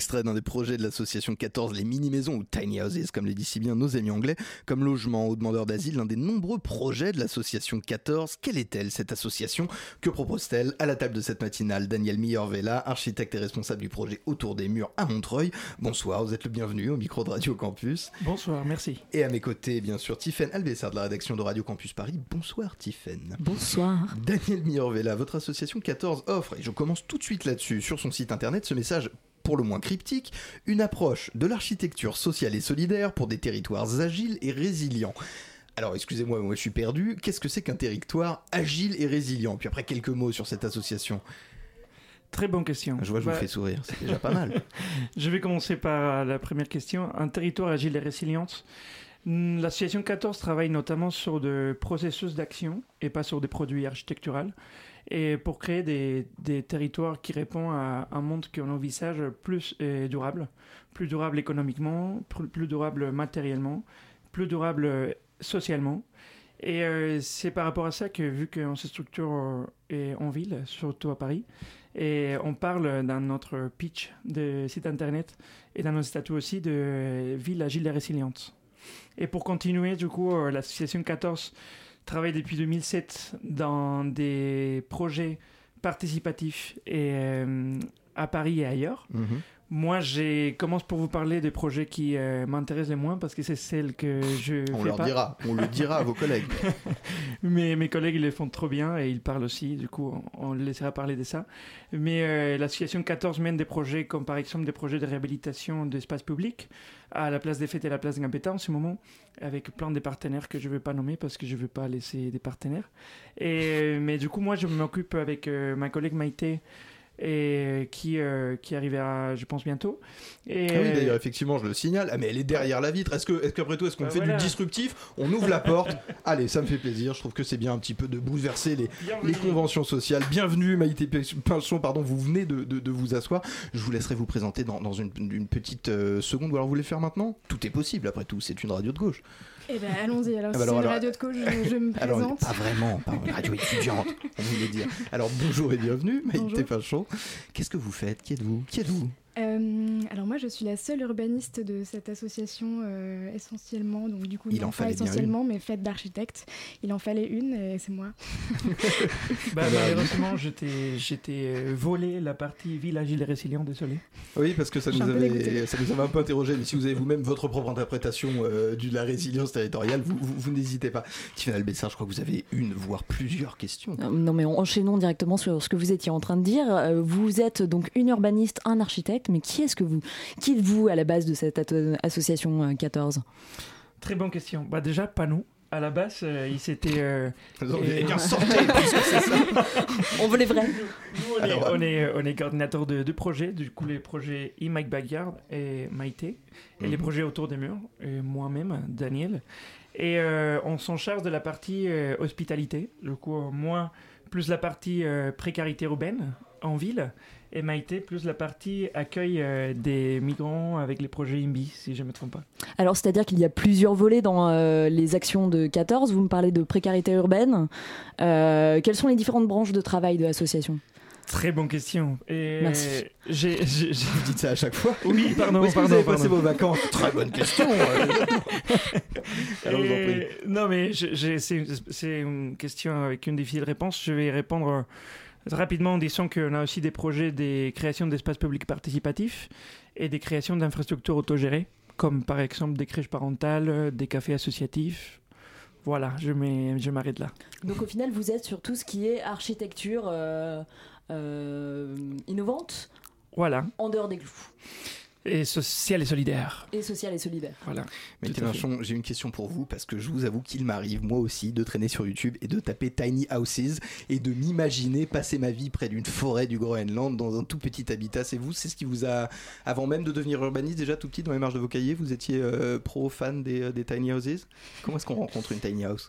extrait d'un des projets de l'association quatorze, les mini-maisons ou tiny houses, comme les disent si bien nos amis anglais, comme logement aux demandeurs d'asile, l'un des nombreux projets de l'association quatorze. Quelle est-elle, cette association? Que propose-t-elle? À la table de cette matinale, Daniel Miorvela, architecte et responsable du projet Autour des murs à Montreuil. Bonsoir, vous êtes le bienvenu au micro de Radio Campus. Bonsoir, merci. Et à mes côtés, bien sûr, Tiffaine Albessard de la rédaction de Radio Campus Paris. Bonsoir Tiffaine. Bonsoir. Daniel Miorvela, votre association quatorze offre, et je commence tout de suite là-dessus, sur son site internet, ce message pour le moins cryptique, une approche de l'architecture sociale et solidaire pour des territoires agiles et résilients. Alors excusez-moi, moi je suis perdu, qu'est-ce que c'est qu'un territoire agile et résilient? Puis après quelques mots sur cette association. Très bonne question. Je vois, je bah... vous fais sourire, c'est déjà pas mal. Je vais commencer par la première question. Un territoire agile et résilient. L'association quatorze travaille notamment sur des processus d'action et pas sur des produits architecturaux. Et pour créer des, des territoires qui répondent à un monde qu'on envisage plus euh, durable, plus durable économiquement, plus, plus durable matériellement, plus durable socialement. Et euh, c'est par rapport à ça que, vu qu'on se structure euh, en ville, surtout à Paris, et on parle dans notre pitch de site internet et dans notre statut aussi de ville agile et résiliente. Et pour continuer, du coup, euh, l'association quatorze travaille depuis deux mille sept dans des projets participatifs et, euh, à Paris et ailleurs. Mmh. Moi, je commence pour vous parler des projets qui euh, m'intéressent le moins parce que c'est celles que je on fais leur pas. dira, on le dira à vos collègues. Mais mes collègues, ils les font trop bien et ils parlent aussi, du coup, on, on les laissera parler de ça. Mais euh, l'association quatorze mène des projets comme par exemple des projets de réhabilitation d'espaces publics à la place des Fêtes et la place de Gambetta en ce moment, avec plein de partenaires que je ne vais pas nommer parce que je ne veux pas laisser des partenaires. Et, mais du coup, moi, je m'occupe avec euh, ma collègue Maïté, et qui, euh, qui arrivera, je pense, bientôt. Et ah oui, d'ailleurs, effectivement, je le signale. Ah, mais elle est derrière la vitre. Est-ce, que, est-ce qu'après tout, est-ce qu'on bah fait voilà. du disruptif? On ouvre la porte. Allez, ça me fait plaisir. Je trouve que c'est bien un petit peu de bouleverser les, les conventions sociales. Bienvenue, Maïté Pinchon. Pardon, vous venez de, de, de vous asseoir. Je vous laisserai vous présenter dans, dans une, une petite euh, seconde. Ou alors vous voulez faire maintenant? Tout est possible, après tout. C'est une radio de gauche. Eh ben allons-y, alors, ah bah alors c'est une alors, radio de gauche, je, je me présente. Alors, pas vraiment, pas une radio étudiante, on voulait dire. Alors bonjour et bienvenue, Maïté Pinchon. Qu'est-ce que vous faites? Qui êtes-vous? Qui êtes-vous euh, Alors moi je suis la seule urbaniste de cette association euh, essentiellement, donc du coup il non en pas essentiellement une. mais faite d'architectes. Il en fallait une et c'est moi. bah, malheureusement j'étais, j'étais volé la partie ville agile et résilient, désolé. Oui parce que ça nous, avait, ça nous avait un peu interrogé, mais si vous avez vous-même votre propre interprétation euh, de la résilience territoriale, vous, vous, vous n'hésitez pas. Tiffaine Albessard, je crois que vous avez une, voire plusieurs questions. Non mais enchaînons directement sur ce que vous étiez en train de dire. Vous êtes donc une urbaniste, un architecte, mais qui est-ce que vous, qui êtes-vous à la base de cette ato- association quatorze? Très bonne question. Bah déjà pas nous. À la base, euh, il s'était. Euh, et... bien sortez, puisque c'est ça. On veut les vrais. Nous, on, Alors, est, on, est, on est coordinateur de deux projets, du coup les projets E-My Backyard et Maïté, et mm-hmm. les projets Autour des murs, et moi-même, Daniel. Et euh, on s'en charge de la partie euh, hospitalité, du coup moi plus la partie euh, précarité urbaine en ville, et Maïté plus la partie accueil euh, des migrants avec les projets I M B I, si je ne me trompe pas. Alors, c'est-à-dire qu'il y a plusieurs volets dans euh, les actions de quatorze. Vous me parlez de précarité urbaine. Euh, quelles sont les différentes branches de travail de l'association ? Très bonne question. Et Merci. J'ai, j'ai, j'ai... Vous dites ça à chaque fois? Oui, pardon. Où est-ce pardon, que vous avez pardon. passé vos vacances? Très bonne question. Alors, et... Non, mais j'ai, j'ai, c'est, c'est une question avec une difficile réponse. Je vais répondre rapidement en disant qu'on a aussi des projets de création d'espaces publics participatifs et des créations d'infrastructures autogérées, comme par exemple des crèches parentales, des cafés associatifs. Voilà, je, mets, je m'arrête là. Donc au final, vous êtes sur tout ce qui est architecture euh, euh, innovante. Voilà. En dehors des clous. Et social et solidaire. Et social et solidaire. Voilà. Mais Pinchon, j'ai une question pour vous, parce que je vous avoue qu'il m'arrive, moi aussi, de traîner sur YouTube et de taper Tiny Houses et de m'imaginer passer ma vie près d'une forêt du Groenland dans un tout petit habitat. C'est vous, c'est ce qui vous a, avant même de devenir urbaniste, déjà tout petit dans les marges de vos cahiers, vous étiez euh, pro-fan des, des Tiny Houses? Comment est-ce qu'on rencontre une Tiny House?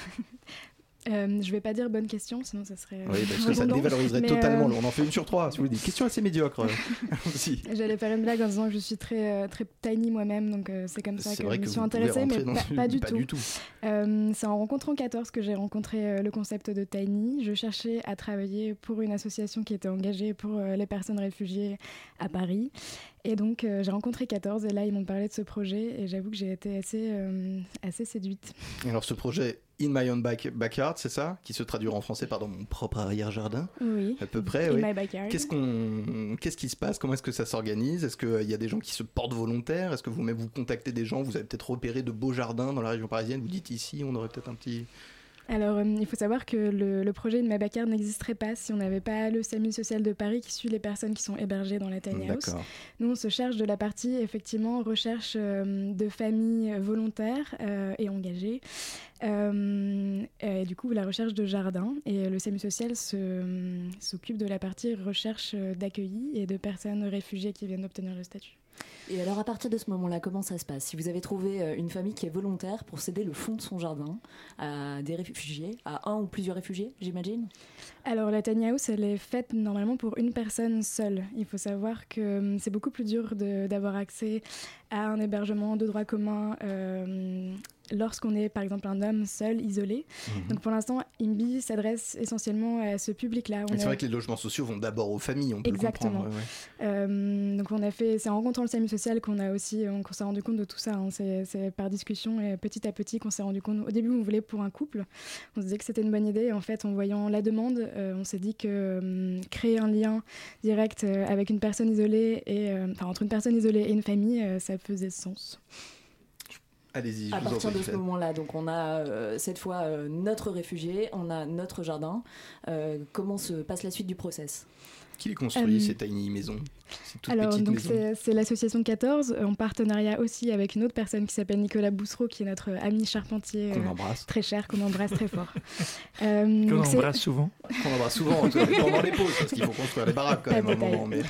Euh, je vais pas dire bonne question, sinon ça serait. Oui, parce que ça dévaloriserait mais totalement. Euh... On en fait une sur trois. Si vous voulez, des questions assez médiocres. si. J'allais faire une blague en disant que je suis très très tiny moi-même, donc euh, c'est comme ça c'est que je me que suis intéressée, mais pas, pas, pas du pas tout. Du tout. Euh, c'est en rencontrant quatorze que j'ai rencontré euh, le concept de Tiny. Je cherchais à travailler pour une association qui était engagée pour euh, les personnes réfugiées à Paris. Et donc euh, j'ai rencontré quatorze et là ils m'ont parlé de ce projet et j'avoue que j'ai été assez, euh, assez séduite. Et alors ce projet In My Own Back- Backyard, c'est ça? Qui se traduira en français par dans mon propre arrière-jardin? Oui, à peu près. In oui. My Backyard. Qu'est-ce, qu'on... Qu'est-ce qui se passe? Comment est-ce que ça s'organise? Est-ce qu'il y a des gens qui se portent volontaires? Est-ce que vous-même vous contactez des gens? Vous avez peut-être repéré de beaux jardins dans la région parisienne? Vous dites ici, on aurait peut-être un petit... Alors, euh, il faut savoir que le, le projet In My Backyard n'existerait pas si on n'avait pas le SAMU social de Paris qui suit les personnes qui sont hébergées dans la tiny house. D'accord. Nous, on se charge de la partie, effectivement, recherche euh, de familles volontaires euh, et engagées. Euh, et du coup, la recherche de jardins. Et le SAMU social se, euh, s'occupe de la partie recherche d'accueillis et de personnes réfugiées qui viennent d'obtenir le statut. Et alors à partir de ce moment-là, comment ça se passe? Si vous avez trouvé une famille qui est volontaire pour céder le fond de son jardin à des réfugiés, à un ou plusieurs réfugiés, j'imagine? Alors la tiny house, elle est faite normalement pour une personne seule. Il faut savoir que c'est beaucoup plus dur de, d'avoir accès à un hébergement de droit commun euh, lorsqu'on est par exemple un homme seul, isolé. Mmh. Donc pour l'instant, I M B I s'adresse essentiellement à ce public-là. C'est a... vrai que les logements sociaux vont d'abord aux familles, on peut Exactement. le comprendre. Ouais, ouais. Euh, donc on a fait, c'est en rencontrant le SAMU social qu'on a aussi, on, qu'on s'est rendu compte de tout ça. Hein. C'est, c'est par discussion et petit à petit qu'on s'est rendu compte. Au début, on voulait pour un couple, on se disait que c'était une bonne idée. Et en fait, en voyant la demande, euh, on s'est dit que euh, créer un lien direct euh, avec une personne isolée et, euh, enfin entre une personne isolée et une famille, euh, ça faisait sens. Allez-y, je à vous partir en de ce moment-là, donc on a euh, cette fois euh, notre réfugié, on a notre jardin. Euh, comment se passe la suite du process? Qui les construit, euh, ces tiny maisons? Alors, donc c'est, c'est l'association quatorze, en partenariat aussi avec une autre personne qui s'appelle Nicolas Boussereau, qui est notre ami charpentier qu'on euh, embrasse. Très cher, qu'on embrasse très fort. Euh, qu'on c'est... embrasse souvent. Qu'on embrasse souvent, pendant les pauses, parce qu'il faut construire les baraques quand même à un moment. Mais...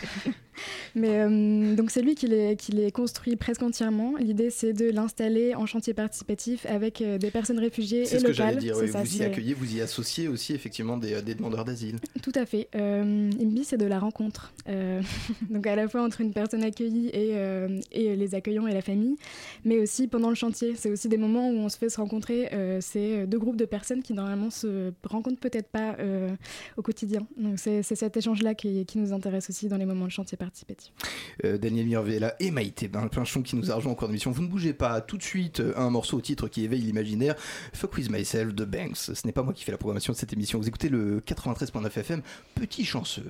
Mais euh, donc c'est lui qui les, qui les construit presque entièrement. L'idée c'est de l'installer en chantier participatif avec euh, des personnes réfugiées c'est et ce locales. Que j'allais dire, c'est oui, ça, vous c'est... y accueillez, vous y associez aussi effectivement des, des demandeurs d'asile. Tout à fait. Euh, I M B I c'est de la rencontre. Euh, donc à la fois entre une personne accueillie et, euh, et les accueillants et la famille, mais aussi pendant le chantier. C'est aussi des moments où on se fait se rencontrer. Euh, c'est deux groupes de personnes qui normalement se rencontrent peut-être pas euh, au quotidien. Donc c'est, c'est cet échange-là qui, qui nous intéresse aussi dans les moments de chantier participatif. Euh, Daniel Mirvella et Maïté Pinchon qui nous a rejoint en cours d'émission. Vous ne bougez pas, tout de suite un morceau au titre qui éveille l'imaginaire, Fuck With Myself de Banks. Ce n'est pas moi qui fais la programmation de cette émission. Vous écoutez le quatre-vingt-treize virgule neuf F M, petit chanceux.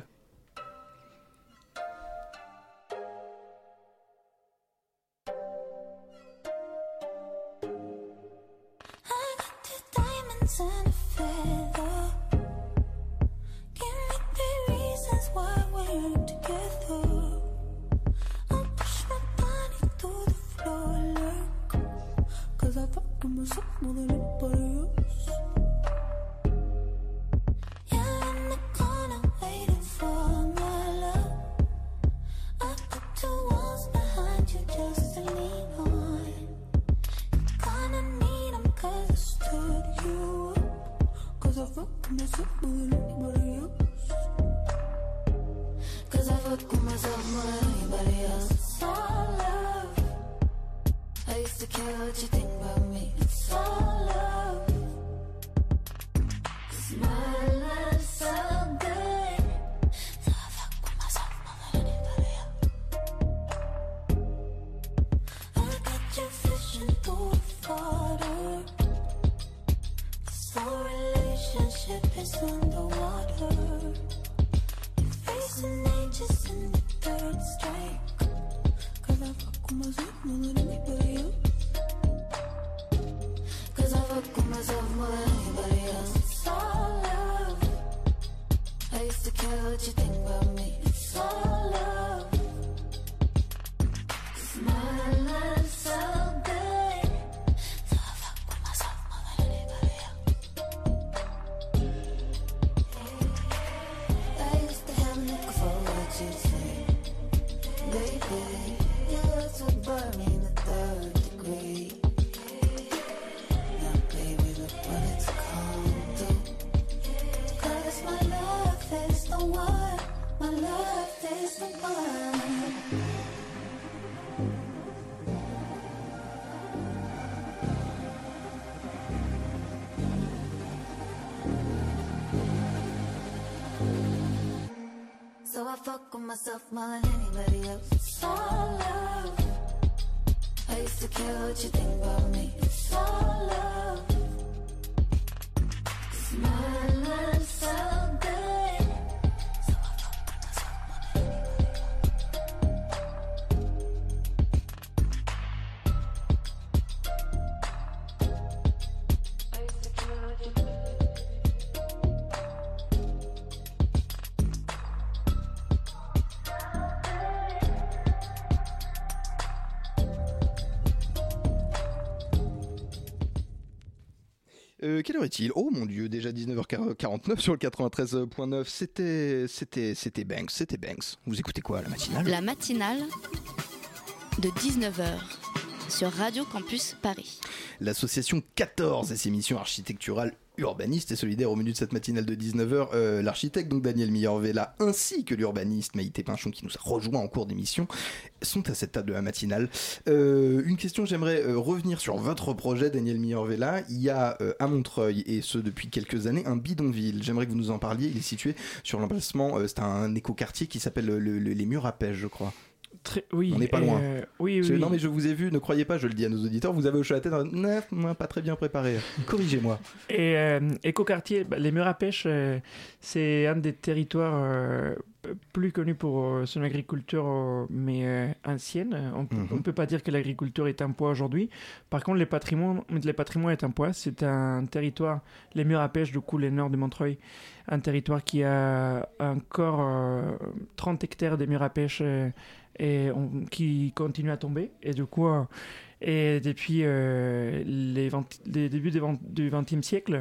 My love myself more than anybody else. It's all love. I used to care what you think about me. It's all love. 'Cause my life's so good. So I don't put myself more than anybody. I used to care what you think. Euh, quelle heure est-il ? Oh mon Dieu, déjà dix-neuf heures quarante-neuf sur le quatre-vingt-treize virgule neuf. C'était, c'était, c'était Banks, c'était Banks. Vous écoutez quoi, la matinale ? La matinale de dix-neuf heures sur Radio Campus Paris. L'association quatorze et ses missions architecturales urbaniste et solidaire. Au menu de cette matinale de dix-neuf heures, euh, l'architecte donc Daniel Miller-Vella ainsi que l'urbaniste Maïté Pinchon qui nous a rejoint en cours d'émission sont à cette table de la matinale. Euh, une question, j'aimerais euh, revenir sur votre projet Daniel Miller-Vella. Il y a euh, à Montreuil, et ce depuis quelques années, un bidonville. J'aimerais que vous nous en parliez. Il est situé sur l'emplacement, euh, c'est un écoquartier qui s'appelle le, le, les Murs à Pêche, je crois. Très, oui, on n'est pas loin. Euh, oui, oui, je, oui. Non mais je vous ai vu, ne croyez pas, je le dis à nos auditeurs, vous avez hoché la tête, non, non, pas très bien préparé. Corrigez-moi. Et euh, Écoquartier, bah, les Murs à Pêche, euh, c'est un des territoires euh, plus connus pour euh, son agriculture, euh, mais euh, ancienne. On ne mm-hmm. peut pas dire que l'agriculture est un poids aujourd'hui. Par contre, les patrimoines, les patrimoines est un poids. C'est un territoire, les Murs à Pêche, du coup, les nord de Montreuil, un territoire qui a encore euh, trente hectares de murs à pêche euh, et on, qui continue à tomber. Et du coup, euh, et depuis euh, les, vingt, les débuts du vingtième siècle,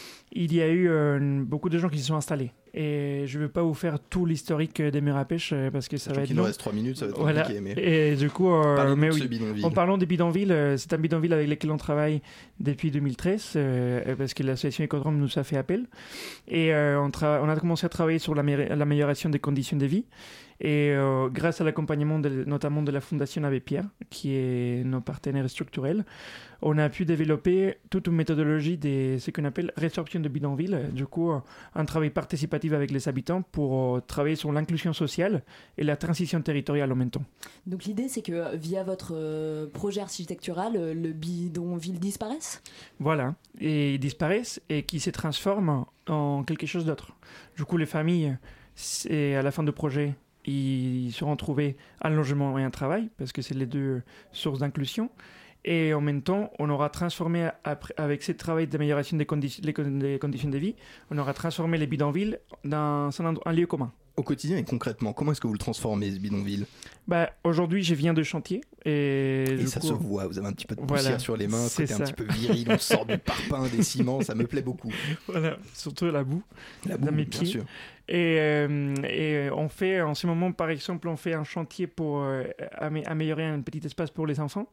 il y a eu euh, beaucoup de gens qui se sont installés. Et je ne veux pas vous faire tout l'historique des murs à pêche parce que ça Sachant va être qu'il long. nous reste trois minutes, ça va être voilà. compliqué. Mais... Et du coup, euh, mais oui, bidonville. En parlant des bidonvilles, euh, c'est un bidonville avec lequel on travaille depuis deux mille treize euh, parce que l'association Écodrome nous a fait appel. Et euh, on, tra- on a commencé à travailler sur l'amélioration des conditions de vie. Et euh, grâce à l'accompagnement de, notamment de la Fondation Abbé Pierre, qui est nos partenaires structurels, on a pu développer toute une méthodologie de ce qu'on appelle résorption de bidonville. Du coup, un travail participatif avec les habitants pour travailler sur l'inclusion sociale et la transition territoriale en même temps. Donc l'idée, c'est que via votre projet architectural, le bidonville disparaisse ? Voilà, et ils disparaissent et qui se transforment en quelque chose d'autre. Du coup, les familles, c'est à la fin du projet, ils seront trouvés un logement et un travail, parce que c'est les deux sources d'inclusion. Et en même temps, on aura transformé, après, avec ce travail d'amélioration des, condi- des conditions de vie, on aura transformé les bidonvilles dans un, un lieu commun. Au quotidien et concrètement, comment est-ce que vous le transformez, ce bidonville ? Bah, aujourd'hui, je viens de chantier. Et, et ça coup, se voit, vous avez un petit peu de poussière voilà, sur les mains, côté ça. un petit peu viril, on sort du parpaing, des ciments, ça me plaît beaucoup. Voilà, surtout la boue, la boue dans mes bien pieds. Sûr. Et, euh, et on fait, en ce moment, par exemple, on fait un chantier pour euh, amé- améliorer un petit espace pour les enfants.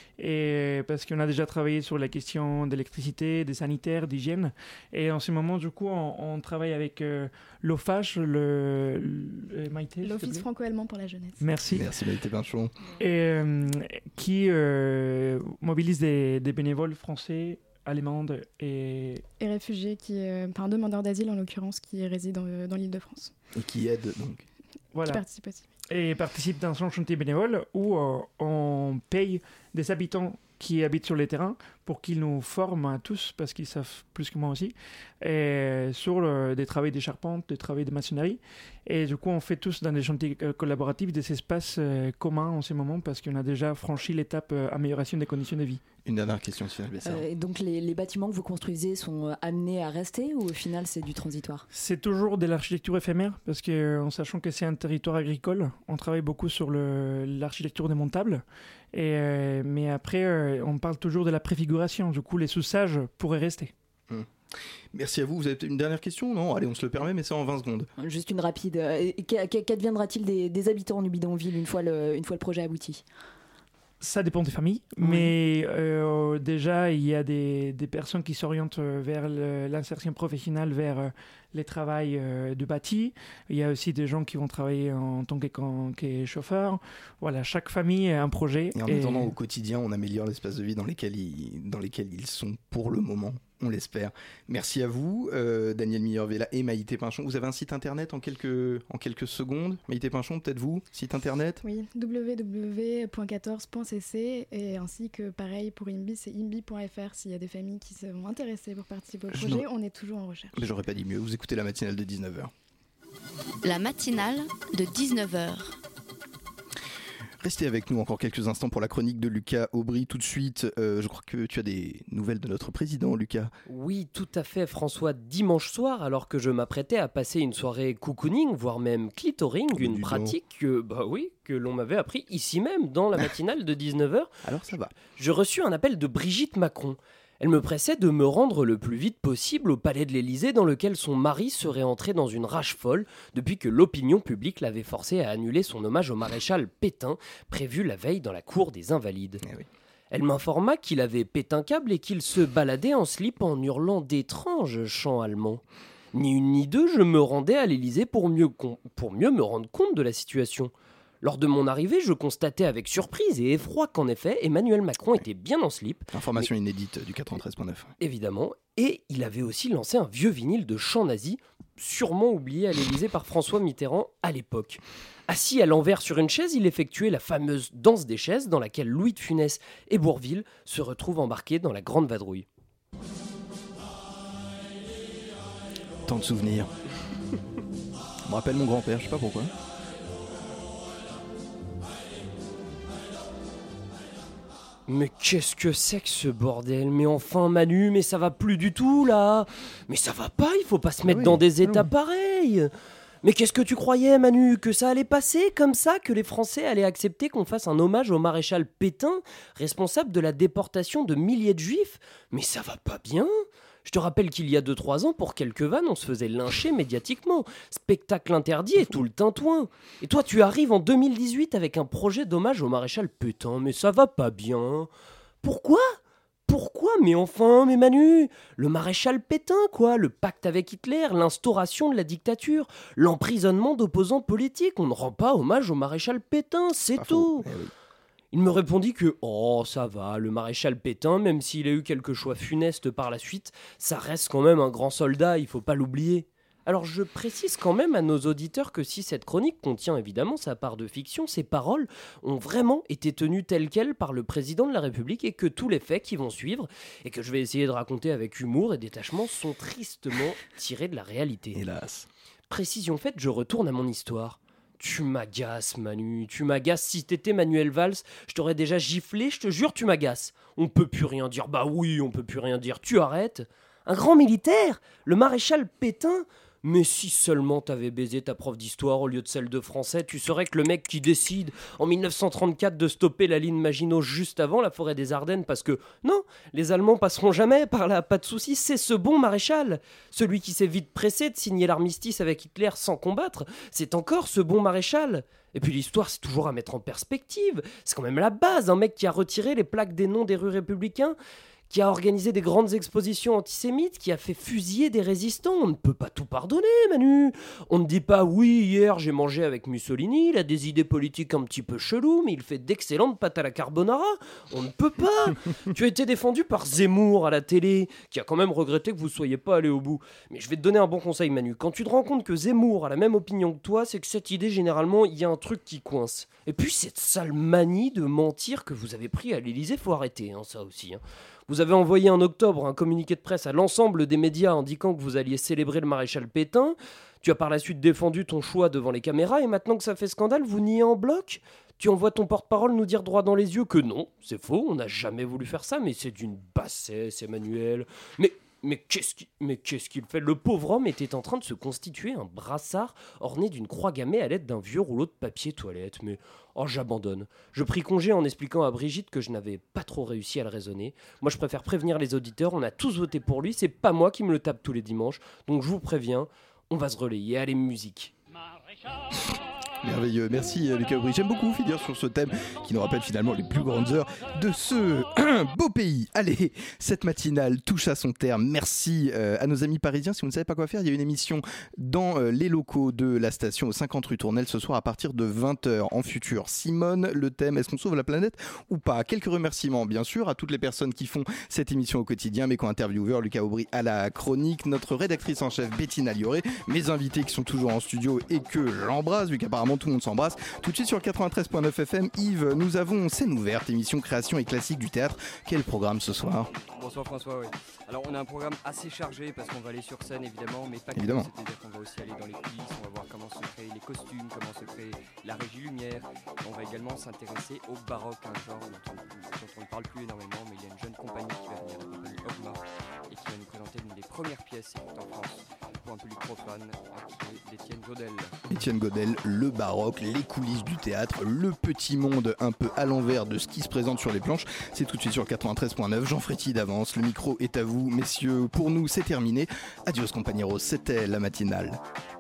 Et parce qu'on a déjà travaillé sur la question d'électricité, des sanitaires, d'hygiène. Et en ce moment, du coup, on, on travaille avec euh, l'O F H, le, le Maïté, l'Office franco-allemand pour la jeunesse. Merci. Merci Maïté Pinchon. Et euh, qui euh, mobilise des, des bénévoles français, allemandes et... Et réfugiés, qui, euh, enfin demandeurs d'asile en l'occurrence, qui résident dans, dans l'Île-de-France. Et qui aident donc. Voilà. Qui participent aussi. Et participe dans son chantier bénévole où euh, on paye des habitants qui habitent sur les terrains pour qu'ils nous forment à tous, parce qu'ils savent plus que moi aussi, et sur le, des travaux des charpentes, des travaux de maçonnerie. Et du coup, on fait tous dans des chantiers euh, collaboratifs des espaces euh, communs en ce moment, parce qu'on a déjà franchi l'étape euh, amélioration des conditions de vie. Une dernière question, Sylvain Bessard. Euh, donc les, les bâtiments que vous construisez sont amenés à rester ou au final c'est du transitoire ? C'est toujours de l'architecture éphémère parce qu'en sachant que c'est un territoire agricole, on travaille beaucoup sur le, l'architecture démontable. Et, euh, mais après, euh, on parle toujours de la préfiguration. Du coup, les sous-sages pourraient rester. Hum. Merci à vous. Vous avez une dernière question ? Non ? Allez, on se le permet, mais c'est en vingt secondes. Juste une rapide. Qu'adviendra-t-il des, des habitants du bidonville une fois le, une fois le projet abouti ? Ça dépend des familles, oui. mais euh, déjà, il y a des, des personnes qui s'orientent vers le, l'insertion professionnelle, vers euh, les travails euh, du bâti. Il y a aussi des gens qui vont travailler en tant que, que chauffeurs. Voilà, chaque famille a un projet. Et en et... attendant, au quotidien, on améliore l'espace de vie dans lesquels ils, dans lesquels ils sont pour le moment. on l'espère. Merci à vous, euh, Daniel Miller-Vella et Maïté Pinchon. Vous avez un site internet en quelques, en quelques secondes. Maïté Pinchon, peut-être vous, site internet ? Oui, w w w point quatorze point c c et ainsi que pareil pour IMBI, c'est imbi point f r s'il y a des familles qui sont intéressées pour participer au projet, on est toujours en recherche. Mais j'aurais pas dit mieux, vous écoutez la matinale de dix-neuf heures. La matinale de dix-neuf heures. Restez avec nous encore quelques instants pour la chronique de Lucas Aubry. Tout de suite, euh, je crois que tu as des nouvelles de notre président, Lucas. Oui, tout à fait, François. Dimanche soir, alors que je m'apprêtais à passer une soirée cocooning, voire même clitoring, Oh, une dis pratique que, bah oui, que l'on m'avait appris ici même, dans la matinale de dix-neuf heures. Alors ça va. Je reçus un appel de Brigitte Macron. Elle me pressait de me rendre le plus vite possible au palais de l'Élysée dans lequel son mari serait entré dans une rage folle depuis que l'opinion publique l'avait forcé à annuler son hommage au maréchal Pétain, prévu la veille dans la cour des Invalides. Eh oui. Elle m'informa qu'il avait pété un câble et qu'il se baladait en slip en hurlant d'étranges chants allemands. Ni une ni deux, je me rendais à l'Élysée pour mieux, con- pour mieux me rendre compte de la situation. Lors de mon arrivée, je constatais avec surprise et effroi qu'en effet, Emmanuel Macron était bien en slip. Information mais... inédite du quatre-vingt-treize point neuf. Évidemment. Et il avait aussi lancé un vieux vinyle de chants nazis, sûrement oublié à l'Élysée par François Mitterrand à l'époque. Assis à l'envers sur une chaise, il effectuait la fameuse danse des chaises dans laquelle Louis de Funès et Bourvil se retrouvent embarqués dans la Grande Vadrouille. Tant de souvenirs. Je me rappelle mon grand-père, je sais pas pourquoi. Mais qu'est-ce que c'est que ce bordel ? Mais enfin Manu, mais ça va plus du tout là ! Mais ça va pas, il faut pas se mettre oui, dans des ah états oui. pareils ! Mais qu'est-ce que tu croyais Manu ? Que ça allait passer comme ça ? Que les Français allaient accepter qu'on fasse un hommage au maréchal Pétain, responsable de la déportation de milliers de juifs ? Mais ça va pas bien ! Je te rappelle qu'il y a deux trois ans, pour quelques vannes, on se faisait lyncher médiatiquement. Spectacle interdit et tout le tintouin. Et toi, tu arrives en deux mille dix-huit avec un projet d'hommage au maréchal Pétain. Mais ça va pas bien. Pourquoi ? Pourquoi ? Mais enfin, mais Manu, le maréchal Pétain, quoi, le pacte avec Hitler, l'instauration de la dictature, l'emprisonnement d'opposants politiques. On ne rend pas hommage au maréchal Pétain, c'est Pas tout. faux. Eh oui. Il me répondit que « Oh, ça va, le maréchal Pétain, même s'il a eu quelques choix funestes par la suite, ça reste quand même un grand soldat, il faut pas l'oublier. » Alors je précise quand même à nos auditeurs que si cette chronique contient évidemment sa part de fiction, ces paroles ont vraiment été tenues telles quelles par le président de la République et que tous les faits qui vont suivre, et que je vais essayer de raconter avec humour et détachement, sont tristement tirés de la réalité. Hélas. Précision faite, je retourne à mon histoire. Tu m'agaces, Manu, tu m'agaces. Si t'étais Manuel Valls, je t'aurais déjà giflé, je te jure, tu m'agaces. On peut plus rien dire. Bah oui, on peut plus rien dire. Tu arrêtes. Un grand militaire, le maréchal Pétain. Mais si seulement t'avais baisé ta prof d'histoire au lieu de celle de français, tu saurais que le mec qui décide en dix-neuf cent trente-quatre de stopper la ligne Maginot juste avant la forêt des Ardennes parce que non, les Allemands passeront jamais par là, pas de soucis, c'est ce bon maréchal. Celui qui s'est vite pressé de signer l'armistice avec Hitler sans combattre, c'est encore ce bon maréchal. Et puis l'histoire, c'est toujours à mettre en perspective. C'est quand même la base, un mec qui a retiré les plaques des noms des rues républicains, qui a organisé des grandes expositions antisémites, qui a fait fusiller des résistants. On ne peut pas tout pardonner, Manu. On ne dit pas « Oui, hier, j'ai mangé avec Mussolini, il a des idées politiques un petit peu cheloues, mais il fait d'excellentes pâtes à la carbonara. » On ne peut pas. Tu as été défendu par Zemmour à la télé, qui a quand même regretté que vous ne soyez pas allé au bout. Mais je vais te donner un bon conseil, Manu. Quand tu te rends compte que Zemmour a la même opinion que toi, c'est que cette idée, généralement, il y a un truc qui coince. Et puis, cette sale manie de mentir que vous avez pris à l'Élysée, faut arrêter, hein, ça aussi, hein. Vous avez envoyé en octobre un communiqué de presse à l'ensemble des médias indiquant que vous alliez célébrer le maréchal Pétain. Tu as par la suite défendu ton choix devant les caméras et maintenant que ça fait scandale, vous niez en bloc ? Tu envoies ton porte-parole nous dire droit dans les yeux que non, c'est faux, on n'a jamais voulu faire ça, mais c'est d'une bassesse, Emmanuel. Mais, mais, qu'est-ce qui, mais qu'est-ce qu'il fait ? Le pauvre homme était en train de se constituer un brassard orné d'une croix gammée à l'aide d'un vieux rouleau de papier toilette, mais... Oh, j'abandonne. Je pris congé en expliquant à Brigitte que je n'avais pas trop réussi à le raisonner. Moi, je préfère prévenir les auditeurs, on a tous voté pour lui, c'est pas moi qui me le tape tous les dimanches. Donc, je vous préviens, on va se relayer. Allez, musique. Merveilleux, merci Lucas Aubry. J'aime beaucoup finir sur ce thème qui nous rappelle finalement les plus grandes heures de ce beau pays. Allez, cette matinale touche à son terme. Merci euh, à nos amis parisiens. Si vous ne savez pas quoi faire, il y a une émission dans euh, les locaux de la station au cinquante rue Tournelle ce soir à partir de vingt heures en futur. Simone, le thème, est-ce qu'on sauve la planète ou pas? Quelques remerciements bien sûr à toutes les personnes qui font cette émission au quotidien, mes co-intervieweurs Lucas Aubry à la chronique, notre rédactrice en chef Bettina Lioré, mes invités qui sont toujours en studio et que j'embrasse vu qu'apparemment tout le monde s'embrasse. Tout de suite sur quatre-vingt-treize neuf F M, Yves, nous avons Scène ouverte, émission création et classique du théâtre. Quel programme ce soir? Bonsoir François, oui. Alors on a un programme assez chargé parce qu'on va aller sur scène évidemment, mais pas que. Évidemment. C'est-à-dire qu'on va aussi aller dans les coulisses, on va voir comment se créent les costumes, comment se crée la régie lumière. On va également s'intéresser au baroque, un genre dont on, dont on ne parle plus énormément, mais il y a une jeune compagnie qui va venir, la compagnie Ogma, et qui va nous présenter l'une des premières pièces écoutées en France pour un public profane, qui est d'Étienne Godel. Étienne Godel, le baroque, les coulisses du théâtre, le petit monde un peu à l'envers de ce qui se présente sur les planches. C'est tout de suite sur quatre-vingt-treize neuf. Jean Fréty d'avance, le micro est à vous, messieurs. Pour nous, c'est terminé. Adios compañeros, c'était la matinale.